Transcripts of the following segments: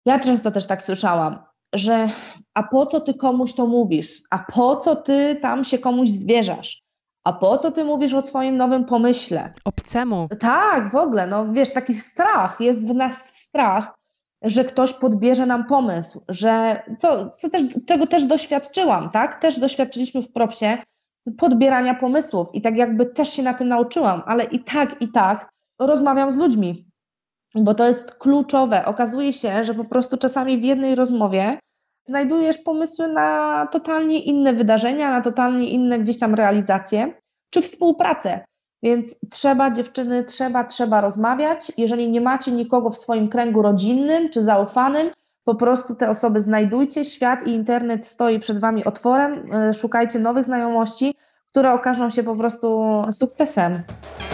Ja często też tak słyszałam, że a po co ty komuś to mówisz? A po co ty tam się komuś zwierzasz? A po co ty mówisz o swoim nowym pomyśle? Obcemu. Tak, w ogóle, no wiesz, taki strach, jest w nas strach, że ktoś podbierze nam pomysł, że czego też doświadczyłam, tak? Też doświadczyliśmy w propsie podbierania pomysłów i tak jakby też się na tym nauczyłam, ale i tak rozmawiam z ludźmi, bo to jest kluczowe. Okazuje się, że po prostu czasami w jednej rozmowie znajdujesz pomysły na totalnie inne wydarzenia, na totalnie inne gdzieś tam realizacje, czy współpracę. Więc trzeba, dziewczyny, trzeba rozmawiać. Jeżeli nie macie nikogo w swoim kręgu rodzinnym czy zaufanym, po prostu te osoby znajdujcie. Świat i internet stoi przed wami otworem. Szukajcie nowych znajomości, które okażą się po prostu sukcesem.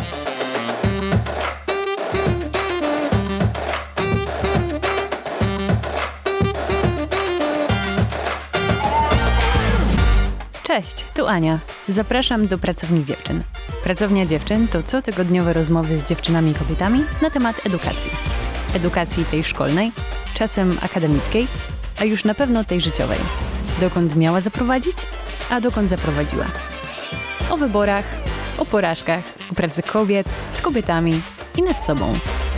Cześć, tu Ania. Zapraszam do Pracowni Dziewczyn. Pracownia Dziewczyn to cotygodniowe rozmowy z dziewczynami i kobietami na temat edukacji. Edukacji tej szkolnej, czasem akademickiej, a już na pewno tej życiowej. Dokąd miała zaprowadzić, a dokąd zaprowadziła. O wyborach, o porażkach, o pracy kobiet, z kobietami i nad sobą.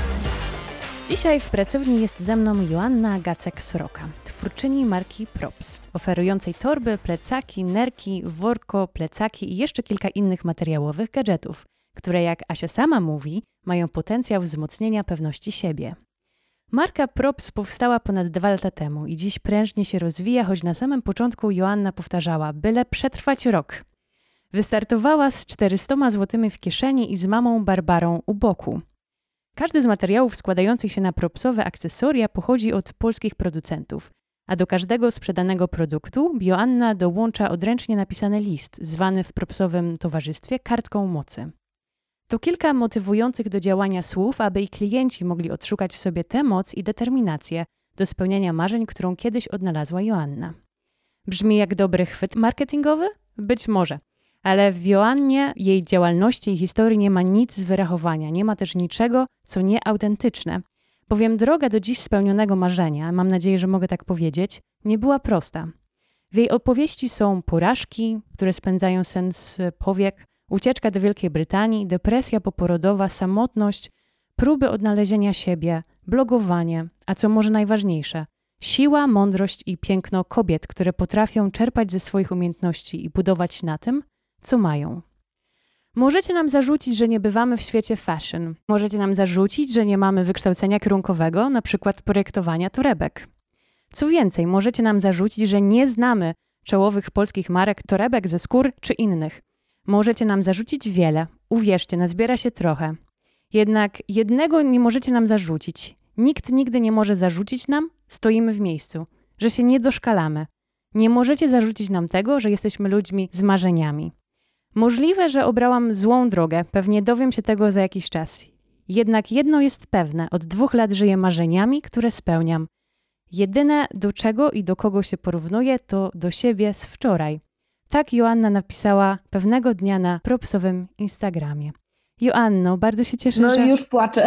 Dzisiaj w pracowni jest ze mną Joanna Gacek-Sroka, twórczyni marki Props, oferującej torby, plecaki, nerki, worko, plecaki i jeszcze kilka innych materiałowych gadżetów, które, jak Asia sama mówi, mają potencjał wzmocnienia pewności siebie. Marka Props powstała ponad 2 lata temu i dziś prężnie się rozwija, choć na samym początku Joanna powtarzała, byle przetrwać rok. Wystartowała z 400 złotymi w kieszeni i z mamą Barbarą u boku. Każdy z materiałów składających się na propsowe akcesoria pochodzi od polskich producentów, a do każdego sprzedanego produktu Joanna dołącza odręcznie napisany list, zwany w propsowym towarzystwie kartką mocy. To kilka motywujących do działania słów, aby i klienci mogli odszukać w sobie tę moc i determinację do spełniania marzeń, którą kiedyś odnalazła Joanna. Brzmi jak dobry chwyt marketingowy? Być może. Ale w Joannie, jej działalności i historii nie ma nic z wyrachowania, nie ma też niczego, co nieautentyczne. Bowiem droga do dziś spełnionego marzenia, mam nadzieję, że mogę tak powiedzieć, nie była prosta. W jej opowieści są porażki, które spędzają sen z powiek, ucieczka do Wielkiej Brytanii, depresja poporodowa, samotność, próby odnalezienia siebie, blogowanie, a co może najważniejsze, siła, mądrość i piękno kobiet, które potrafią czerpać ze swoich umiejętności i budować na tym, co mają. Możecie nam zarzucić, że nie bywamy w świecie fashion. Możecie nam zarzucić, że nie mamy wykształcenia kierunkowego, na przykład projektowania torebek. Co więcej, możecie nam zarzucić, że nie znamy czołowych polskich marek torebek ze skór czy innych. Możecie nam zarzucić wiele. Uwierzcie, nazbiera się trochę. Jednak jednego nie możecie nam zarzucić. Nikt nigdy nie może zarzucić nam, stoimy w miejscu, że się nie doszkalamy. Nie możecie zarzucić nam tego, że jesteśmy ludźmi z marzeniami. Możliwe, że obrałam złą drogę, pewnie dowiem się tego za jakiś czas. Jednak jedno jest pewne, od 2 lat żyję marzeniami, które spełniam. Jedyne, do czego i do kogo się porównuję, to do siebie z wczoraj. Tak Joanna napisała pewnego dnia na propsowym Instagramie. Joanno, bardzo się cieszę, No że... już płaczę.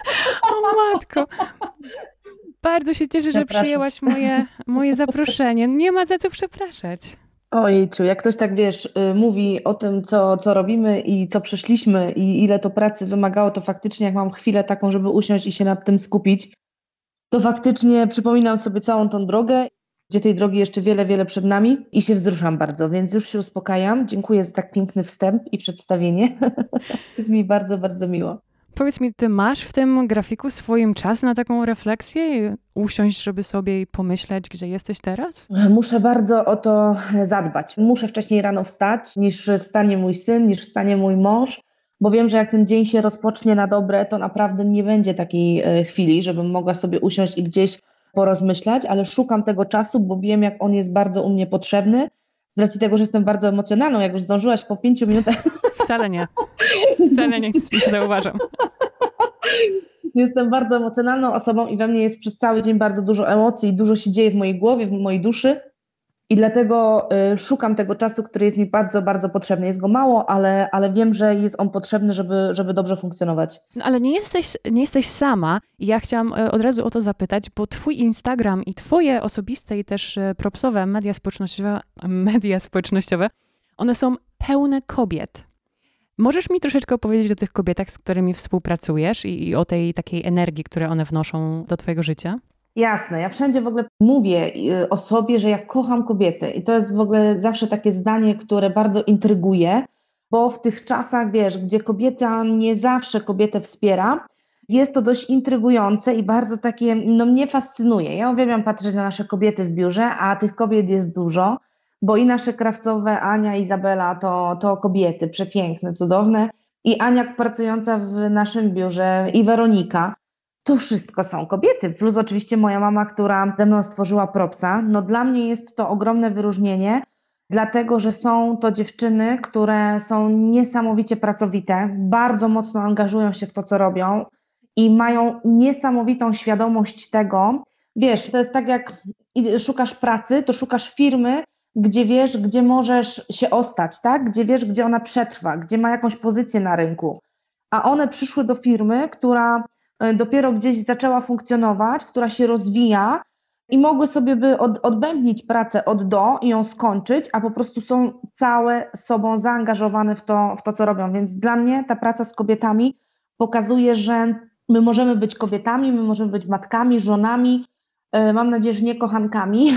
O matko! Bardzo się cieszę, że przyjęłaś moje zaproszenie. Nie ma za co przepraszać. Ojejciu, jak ktoś tak, wiesz, mówi o tym, co robimy i co przeszliśmy i ile to pracy wymagało, to faktycznie jak mam chwilę taką, żeby usiąść i się nad tym skupić, to faktycznie przypominam sobie całą tą drogę, gdzie tej drogi jeszcze wiele, wiele przed nami i się wzruszam bardzo, więc już się uspokajam. Dziękuję za tak piękny wstęp i przedstawienie. Jest mi bardzo, bardzo miło. Powiedz mi, ty masz w tym grafiku swoim czas na taką refleksję i usiąść, żeby sobie pomyśleć, gdzie jesteś teraz? Muszę bardzo o to zadbać. Muszę wcześniej rano wstać, niż wstanie mój syn, niż wstanie mój mąż, bo wiem, że jak ten dzień się rozpocznie na dobre, to naprawdę nie będzie takiej chwili, żebym mogła sobie usiąść i gdzieś porozmyślać, ale szukam tego czasu, bo wiem, jak on jest bardzo u mnie potrzebny. Z racji tego, że jestem bardzo emocjonalną, jak już zdążyłaś po 5 minutach... Wcale nie. Wcale nie zauważam. Jestem bardzo emocjonalną osobą i we mnie jest przez cały dzień bardzo dużo emocji i dużo się dzieje w mojej głowie, w mojej duszy. I dlatego szukam tego czasu, który jest mi bardzo, bardzo potrzebny. Jest go mało, ale wiem, że jest on potrzebny, żeby dobrze funkcjonować. No, ale nie jesteś sama i ja chciałam od razu o to zapytać, bo twój Instagram i twoje osobiste i też propsowe media społecznościowe, one są pełne kobiet. Możesz mi troszeczkę opowiedzieć o tych kobietach, z którymi współpracujesz i o tej takiej energii, które one wnoszą do twojego życia? Jasne, ja wszędzie w ogóle mówię o sobie, że ja kocham kobiety i to jest w ogóle zawsze takie zdanie, które bardzo intryguje, bo w tych czasach, wiesz, gdzie kobieta nie zawsze kobietę wspiera, jest to dość intrygujące i bardzo takie, mnie fascynuje. Ja uwielbiam patrzeć na nasze kobiety w biurze, a tych kobiet jest dużo, bo i nasze krawcowe, Ania, Izabela, to kobiety przepiękne, cudowne i Ania pracująca w naszym biurze i Weronika. To wszystko są kobiety, plus oczywiście moja mama, która ze mną stworzyła Propsa. No dla mnie jest to ogromne wyróżnienie, dlatego że są to dziewczyny, które są niesamowicie pracowite, bardzo mocno angażują się w to, co robią i mają niesamowitą świadomość tego. Wiesz, to jest tak jak szukasz pracy, to szukasz firmy, gdzie wiesz, gdzie możesz się ostać, tak? Gdzie wiesz, gdzie ona przetrwa, gdzie ma jakąś pozycję na rynku. A one przyszły do firmy, która dopiero gdzieś zaczęła funkcjonować, która się rozwija i mogły sobie odbębnić pracę od do i ją skończyć, a po prostu są całe sobą zaangażowane w to, co robią. Więc dla mnie ta praca z kobietami pokazuje, że my możemy być kobietami, my możemy być matkami, żonami, mam nadzieję, że nie kochankami,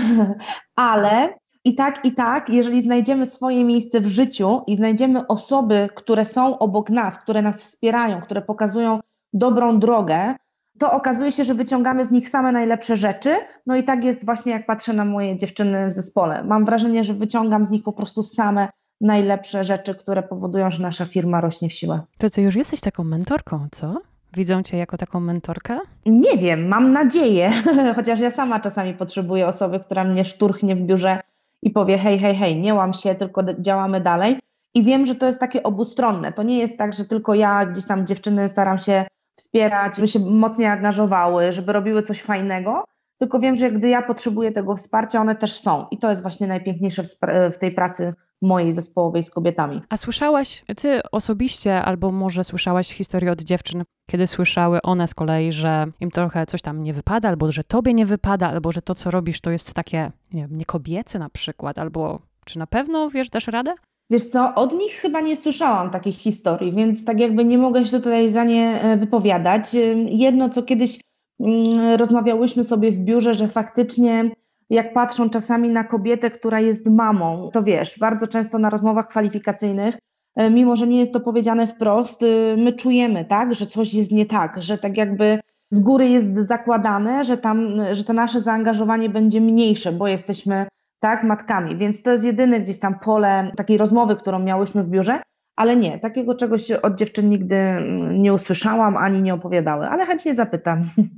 ale i tak, jeżeli znajdziemy swoje miejsce w życiu i znajdziemy osoby, które są obok nas, które nas wspierają, które pokazują dobrą drogę, to okazuje się, że wyciągamy z nich same najlepsze rzeczy. No i tak jest właśnie, jak patrzę na moje dziewczyny w zespole. Mam wrażenie, że wyciągam z nich po prostu same najlepsze rzeczy, które powodują, że nasza firma rośnie w siłę. To ty już jesteś taką mentorką, co? Widzą cię jako taką mentorkę? Nie wiem, mam nadzieję, chociaż ja sama czasami potrzebuję osoby, która mnie szturchnie w biurze i powie hej, nie łam się, tylko działamy dalej. I wiem, że to jest takie obustronne. To nie jest tak, że tylko ja gdzieś tam dziewczyny staram się wspierać, żeby się mocniej angażowały, żeby robiły coś fajnego, tylko wiem, że gdy ja potrzebuję tego wsparcia, one też są. I to jest właśnie najpiękniejsze w tej pracy mojej zespołowej z kobietami. A słyszałaś ty osobiście, albo może słyszałaś historię od dziewczyn, kiedy słyszały one z kolei, że im trochę coś tam nie wypada, albo że tobie nie wypada, albo że to, co robisz, to jest takie, nie wiem, niekobiece na przykład, albo czy na pewno, wiesz, dasz radę? Wiesz co, od nich chyba nie słyszałam takich historii, więc tak jakby nie mogę się tutaj za nie wypowiadać. Jedno, co kiedyś rozmawiałyśmy sobie w biurze, że faktycznie jak patrzą czasami na kobietę, która jest mamą, to wiesz, bardzo często na rozmowach kwalifikacyjnych, mimo że nie jest to powiedziane wprost, my czujemy, tak, że coś jest nie tak, że tak jakby z góry jest zakładane, że to nasze zaangażowanie będzie mniejsze, bo jesteśmy tak, matkami, więc to jest jedyne gdzieś tam pole takiej rozmowy, którą miałyśmy w biurze, ale nie, takiego czegoś od dziewczyn nigdy nie usłyszałam, ani nie opowiadały, ale chętnie zapytam.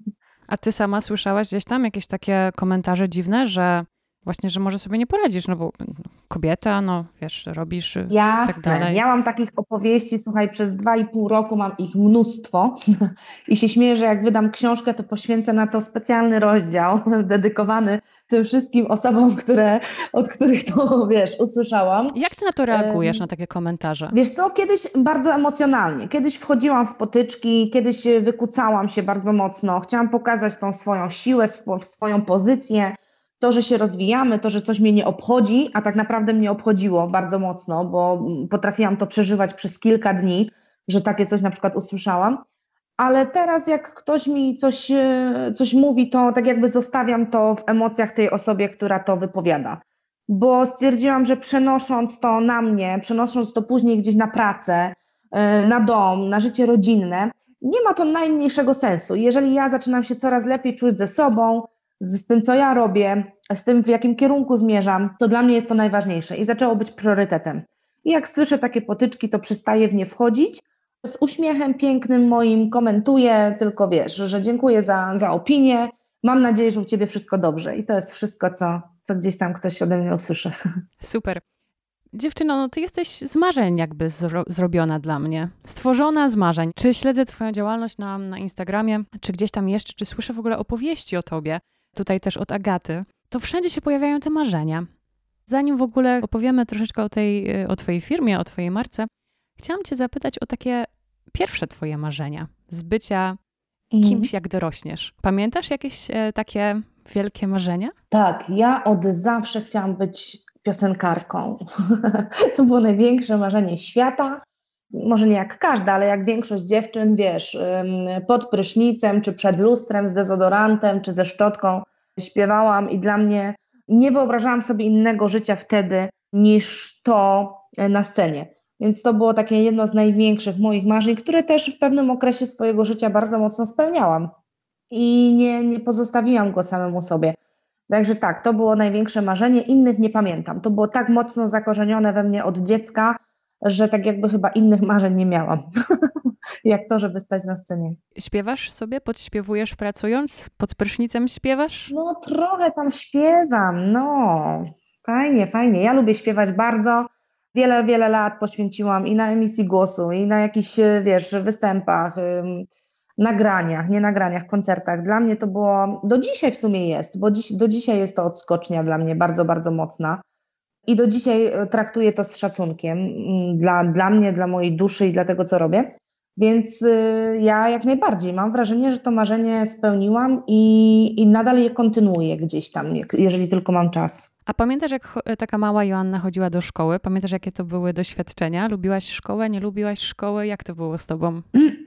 A ty sama słyszałaś gdzieś tam jakieś takie komentarze dziwne, że właśnie, że może sobie nie poradzisz, no bo kobieta, no wiesz, robisz Jasne, tak dalej. ja mam takich opowieści, słuchaj, przez 2,5 roku mam ich mnóstwo i się śmieję, że jak wydam książkę, to poświęcę na to specjalny rozdział dedykowany tym wszystkim osobom, od których to, wiesz, usłyszałam. Jak ty na to reagujesz, na takie komentarze? Wiesz co, kiedyś bardzo emocjonalnie, kiedyś wchodziłam w potyczki, kiedyś wykucałam się bardzo mocno, chciałam pokazać tą swoją siłę, swoją pozycję, to, że się rozwijamy, to, że coś mnie nie obchodzi, a tak naprawdę mnie obchodziło bardzo mocno, bo potrafiłam to przeżywać przez kilka dni, że takie coś na przykład usłyszałam. Ale teraz jak ktoś mi coś mówi, to tak jakby zostawiam to w emocjach tej osobie, która to wypowiada. Bo stwierdziłam, że przenosząc to na mnie, przenosząc to później gdzieś na pracę, na dom, na życie rodzinne, nie ma to najmniejszego sensu. Jeżeli ja zaczynam się coraz lepiej czuć ze sobą, z tym, co ja robię, z tym, w jakim kierunku zmierzam, to dla mnie jest to najważniejsze i zaczęło być priorytetem. I jak słyszę takie potyczki, to przestaję w nie wchodzić. Z uśmiechem pięknym moim komentuję, tylko wiesz, że dziękuję za opinię, mam nadzieję, że u ciebie wszystko dobrze. I to jest wszystko, co gdzieś tam ktoś ode mnie usłyszy. Super. Dziewczyno, no ty jesteś z marzeń jakby zrobiona dla mnie. Stworzona z marzeń. Czy śledzę twoją działalność na Instagramie, czy gdzieś tam jeszcze, czy słyszę w ogóle opowieści o tobie, tutaj też od Agaty, to wszędzie się pojawiają te marzenia. Zanim w ogóle opowiemy troszeczkę o twojej firmie, o twojej marce, chciałam cię zapytać o takie pierwsze twoje marzenia z bycia kimś, jak dorośniesz. Pamiętasz jakieś takie wielkie marzenia? Tak, ja od zawsze chciałam być piosenkarką. To było największe marzenie świata. Może nie jak każda, ale jak większość dziewczyn, wiesz, pod prysznicem, czy przed lustrem z dezodorantem, czy ze szczotką śpiewałam i dla mnie nie wyobrażałam sobie innego życia wtedy niż to na scenie. Więc to było takie jedno z największych moich marzeń, które też w pewnym okresie swojego życia bardzo mocno spełniałam. I nie pozostawiłam go samemu sobie. Także tak, to było największe marzenie, innych nie pamiętam. To było tak mocno zakorzenione we mnie od dziecka, że tak jakby chyba innych marzeń nie miałam, jak to, żeby stać na scenie. Śpiewasz sobie, podśpiewujesz pracując, pod prysznicem śpiewasz? No trochę tam śpiewam, no fajnie, fajnie. Ja lubię śpiewać bardzo. Wiele lat poświęciłam i na emisji głosu, i na jakichś, wiesz, występach, nagraniach, koncertach. Dla mnie to było, do dzisiaj w sumie jest, bo do dzisiaj jest to odskocznia dla mnie bardzo, bardzo mocna. I do dzisiaj traktuję to z szacunkiem dla mnie, dla mojej duszy i dla tego, co robię. Więc ja jak najbardziej mam wrażenie, że to marzenie spełniłam i nadal je kontynuuję gdzieś tam, jeżeli tylko mam czas. A pamiętasz, jak taka mała Joanna chodziła do szkoły? Pamiętasz, jakie to były doświadczenia? Lubiłaś szkołę, nie lubiłaś szkoły? Jak to było z tobą?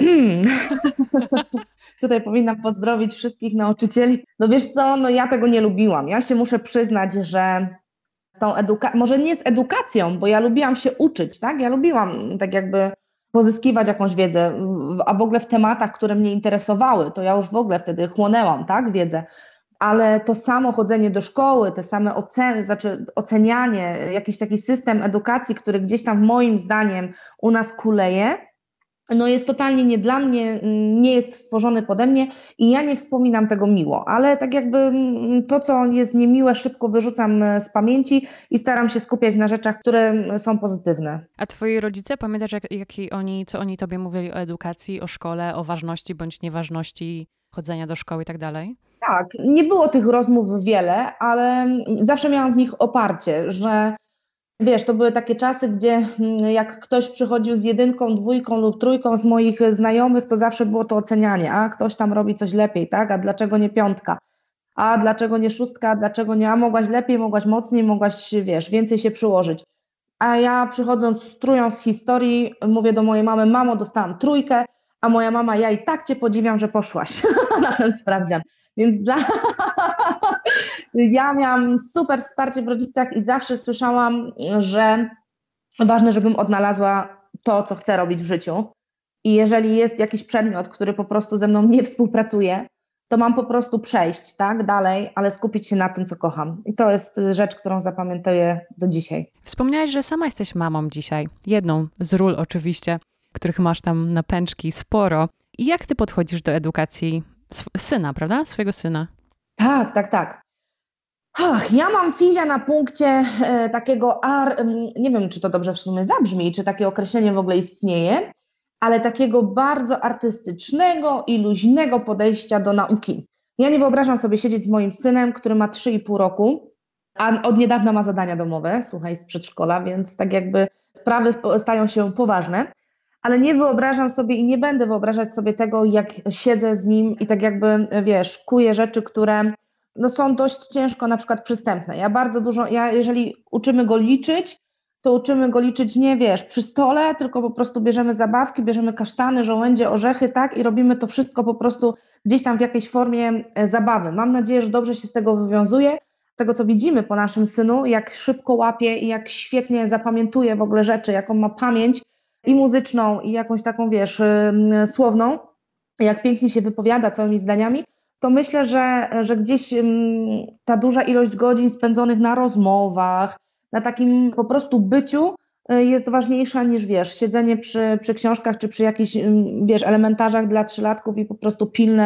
Tutaj powinnam pozdrowić wszystkich nauczycieli. No wiesz co, no ja tego nie lubiłam. Ja się muszę przyznać, że z tą może nie z edukacją, bo ja lubiłam się uczyć, tak? Ja lubiłam tak jakby pozyskiwać jakąś wiedzę, a w ogóle w tematach, które mnie interesowały, to ja już w ogóle wtedy chłonęłam, tak, wiedzę. Ale to samo chodzenie do szkoły, te same oceny, ocenianie, jakiś taki system edukacji, który gdzieś tam moim zdaniem u nas kuleje, no jest totalnie nie dla mnie, nie jest stworzony pode mnie i ja nie wspominam tego miło, ale tak jakby to, co jest niemiłe, szybko wyrzucam z pamięci i staram się skupiać na rzeczach, które są pozytywne. A twoi rodzice, pamiętasz, co oni tobie mówili o edukacji, o szkole, o ważności bądź nieważności chodzenia do szkoły i tak dalej? Tak, nie było tych rozmów wiele, ale zawsze miałam w nich oparcie, że wiesz, to były takie czasy, gdzie jak ktoś przychodził z 1, 2 lub 3 z moich znajomych, to zawsze było to ocenianie, a ktoś tam robi coś lepiej, tak, a dlaczego nie 5, a dlaczego nie 6, a dlaczego nie, a mogłaś lepiej, mogłaś mocniej, mogłaś, wiesz, więcej się przyłożyć. A ja przychodząc z trójką z historii, mówię do mojej mamy, mamo, dostałam 3, a moja mama, ja i tak cię podziwiam, że poszłaś na ten sprawdzian. Więc ja miałam super wsparcie w rodzicach i zawsze słyszałam, że ważne, żebym odnalazła to, co chcę robić w życiu. I jeżeli jest jakiś przedmiot, który po prostu ze mną nie współpracuje, to mam po prostu przejść, tak, dalej, ale skupić się na tym, co kocham. I to jest rzecz, którą zapamiętuję do dzisiaj. Wspomniałaś, że sama jesteś mamą dzisiaj. Jedną z ról oczywiście, których masz tam na pęczki sporo. I jak ty podchodzisz do edukacji syna, prawda? Swojego syna. Tak. Ja mam fizia na punkcie takiego, nie wiem, czy to dobrze w sumie zabrzmi, czy takie określenie w ogóle istnieje, ale takiego bardzo artystycznego i luźnego podejścia do nauki. Ja nie wyobrażam sobie siedzieć z moim synem, który ma 3,5 roku, a od niedawna ma zadania domowe, słuchaj, z przedszkola, więc tak jakby sprawy stają się poważne. Ale nie wyobrażam sobie i nie będę wyobrażać sobie tego, jak siedzę z nim i tak jakby, wiesz, kuję rzeczy, które no, są dość ciężko na przykład przystępne. Jeżeli uczymy go liczyć, to uczymy go liczyć nie, wiesz, przy stole, tylko po prostu bierzemy zabawki, bierzemy kasztany, żołędzie, orzechy, tak, i robimy to wszystko po prostu gdzieś tam w jakiejś formie zabawy. Mam nadzieję, że dobrze się z tego wywiązuje. Z tego, co widzimy po naszym synu, jak szybko łapie i jak świetnie zapamiętuje w ogóle rzeczy, jaką ma pamięć, i muzyczną, i jakąś taką, wiesz, słowną, jak pięknie się wypowiada całymi zdaniami, to myślę, że gdzieś ta duża ilość godzin spędzonych na rozmowach, na takim po prostu byciu jest ważniejsza niż, wiesz, siedzenie przy książkach, czy przy jakichś, wiesz, elementarzach dla 3-latków i po prostu pilne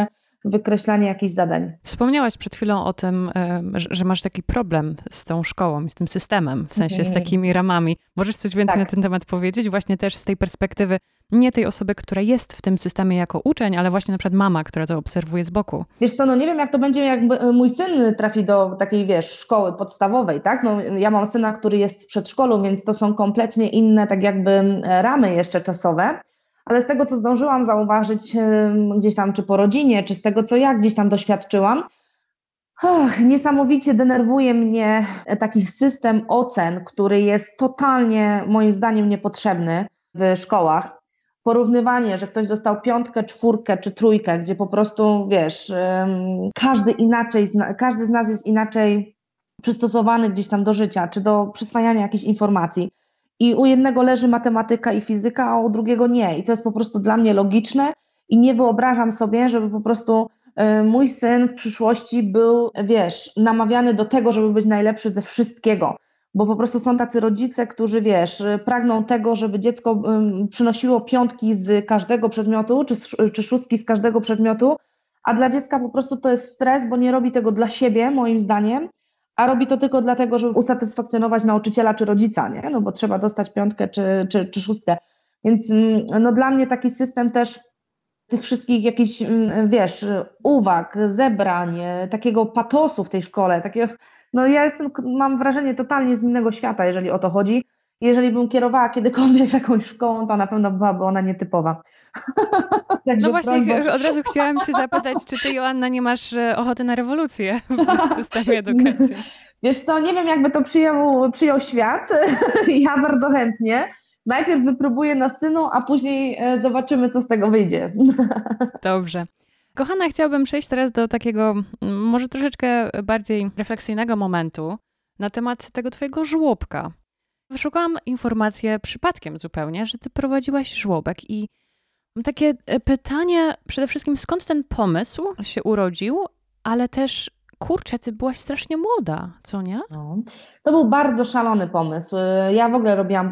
wykreślanie jakichś zadań. Wspomniałaś przed chwilą o tym, że masz taki problem z tą szkołą, z tym systemem, w sensie z takimi ramami. Możesz coś więcej na ten temat powiedzieć? Właśnie też z tej perspektywy nie tej osoby, która jest w tym systemie jako uczeń, ale właśnie na przykład mama, która to obserwuje z boku. Wiesz co, no nie wiem jak to będzie, jak mój syn trafi do takiej, szkoły podstawowej, tak? No ja mam syna, który jest w przedszkolu, więc to są kompletnie inne tak jakby ramy jeszcze czasowe. Ale z tego, co zdążyłam zauważyć gdzieś tam, czy po rodzinie, czy z tego, co ja gdzieś tam doświadczyłam, niesamowicie denerwuje mnie taki system ocen, który jest totalnie, moim zdaniem, niepotrzebny w szkołach. Porównywanie, że ktoś dostał 5, 4 czy 3, gdzie po prostu, każdy z nas jest inaczej przystosowany gdzieś tam do życia, czy do przyswajania jakichś informacji. I u jednego leży matematyka i fizyka, a u drugiego nie. I to jest po prostu dla mnie logiczne i nie wyobrażam sobie, żeby po prostu mój syn w przyszłości był, namawiany do tego, żeby być najlepszy ze wszystkiego. Bo po prostu są tacy rodzice, którzy, pragną tego, żeby dziecko przynosiło 5 z każdego przedmiotu, czy 6 z każdego przedmiotu, a dla dziecka po prostu to jest stres, bo nie robi tego dla siebie, moim zdaniem, a robi to tylko dlatego, żeby usatysfakcjonować nauczyciela czy rodzica, nie? No bo trzeba dostać 5 czy 6. Więc no dla mnie taki system też tych wszystkich jakichś, uwag, zebrań, takiego patosu w tej szkole, takiego, no ja mam wrażenie totalnie z innego świata, jeżeli o to chodzi. Jeżeli bym kierowała kiedykolwiek jakąś szkołą, to na pewno byłaby ona nietypowa. No właśnie, od razu chciałam cię zapytać, czy ty, Joanna, nie masz ochoty na rewolucję w systemie edukacji? Wiesz co, nie wiem, jakby to przyjął świat. Ja bardzo chętnie. Najpierw wypróbuję na synu, a później zobaczymy, co z tego wyjdzie. Dobrze. Kochana, chciałabym przejść teraz do takiego może troszeczkę bardziej refleksyjnego momentu na temat tego twojego żłobka. Wyszukałam informację przypadkiem zupełnie, że ty prowadziłaś żłobek i mam takie pytanie przede wszystkim, skąd ten pomysł się urodził, ale też, kurczę, ty byłaś strasznie młoda, co nie? No, to był bardzo szalony pomysł. Ja w ogóle robiłam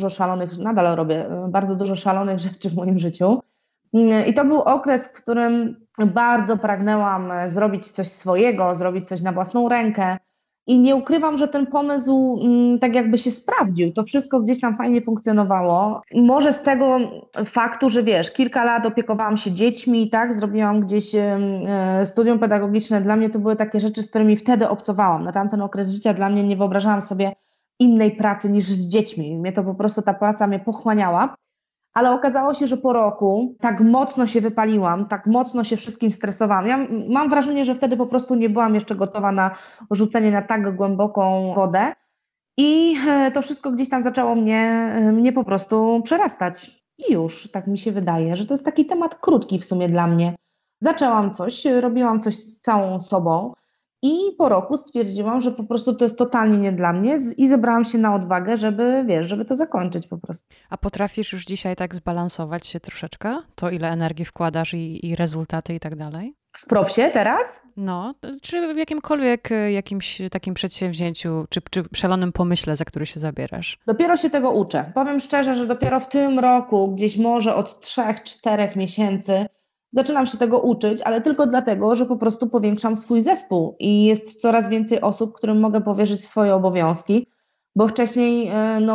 nadal robię bardzo dużo szalonych rzeczy w moim życiu. I to był okres, w którym bardzo pragnęłam zrobić coś swojego, zrobić coś na własną rękę. I nie ukrywam, że ten pomysł tak jakby się sprawdził. To wszystko gdzieś tam fajnie funkcjonowało. Może z tego faktu, że kilka lat opiekowałam się dziećmi, tak, zrobiłam gdzieś studium pedagogiczne. Dla mnie to były takie rzeczy, z którymi wtedy obcowałam. Na tamten okres życia dla mnie nie wyobrażałam sobie innej pracy niż z dziećmi. Mnie to po prostu, ta praca mnie pochłaniała. Ale okazało się, że po roku tak mocno się wypaliłam, tak mocno się wszystkim stresowałam. Ja mam wrażenie, że wtedy po prostu nie byłam jeszcze gotowa na rzucenie na tak głęboką wodę i to wszystko gdzieś tam zaczęło mnie po prostu przerastać. I już tak mi się wydaje, że to jest taki temat krótki w sumie dla mnie. Zaczęłam coś, robiłam coś z całą sobą. I po roku stwierdziłam, że po prostu to jest totalnie nie dla mnie i zebrałam się na odwagę, żeby to zakończyć po prostu. A potrafisz już dzisiaj tak zbalansować się troszeczkę? To ile energii wkładasz i rezultaty i tak dalej? W propsie teraz? No, czy w jakimś takim przedsięwzięciu, czy szalonym pomyśle, za który się zabierasz? Dopiero się tego uczę. Powiem szczerze, że dopiero w tym roku, gdzieś może od 3-4 miesięcy, zaczynam się tego uczyć, ale tylko dlatego, że po prostu powiększam swój zespół i jest coraz więcej osób, którym mogę powierzyć swoje obowiązki, bo wcześniej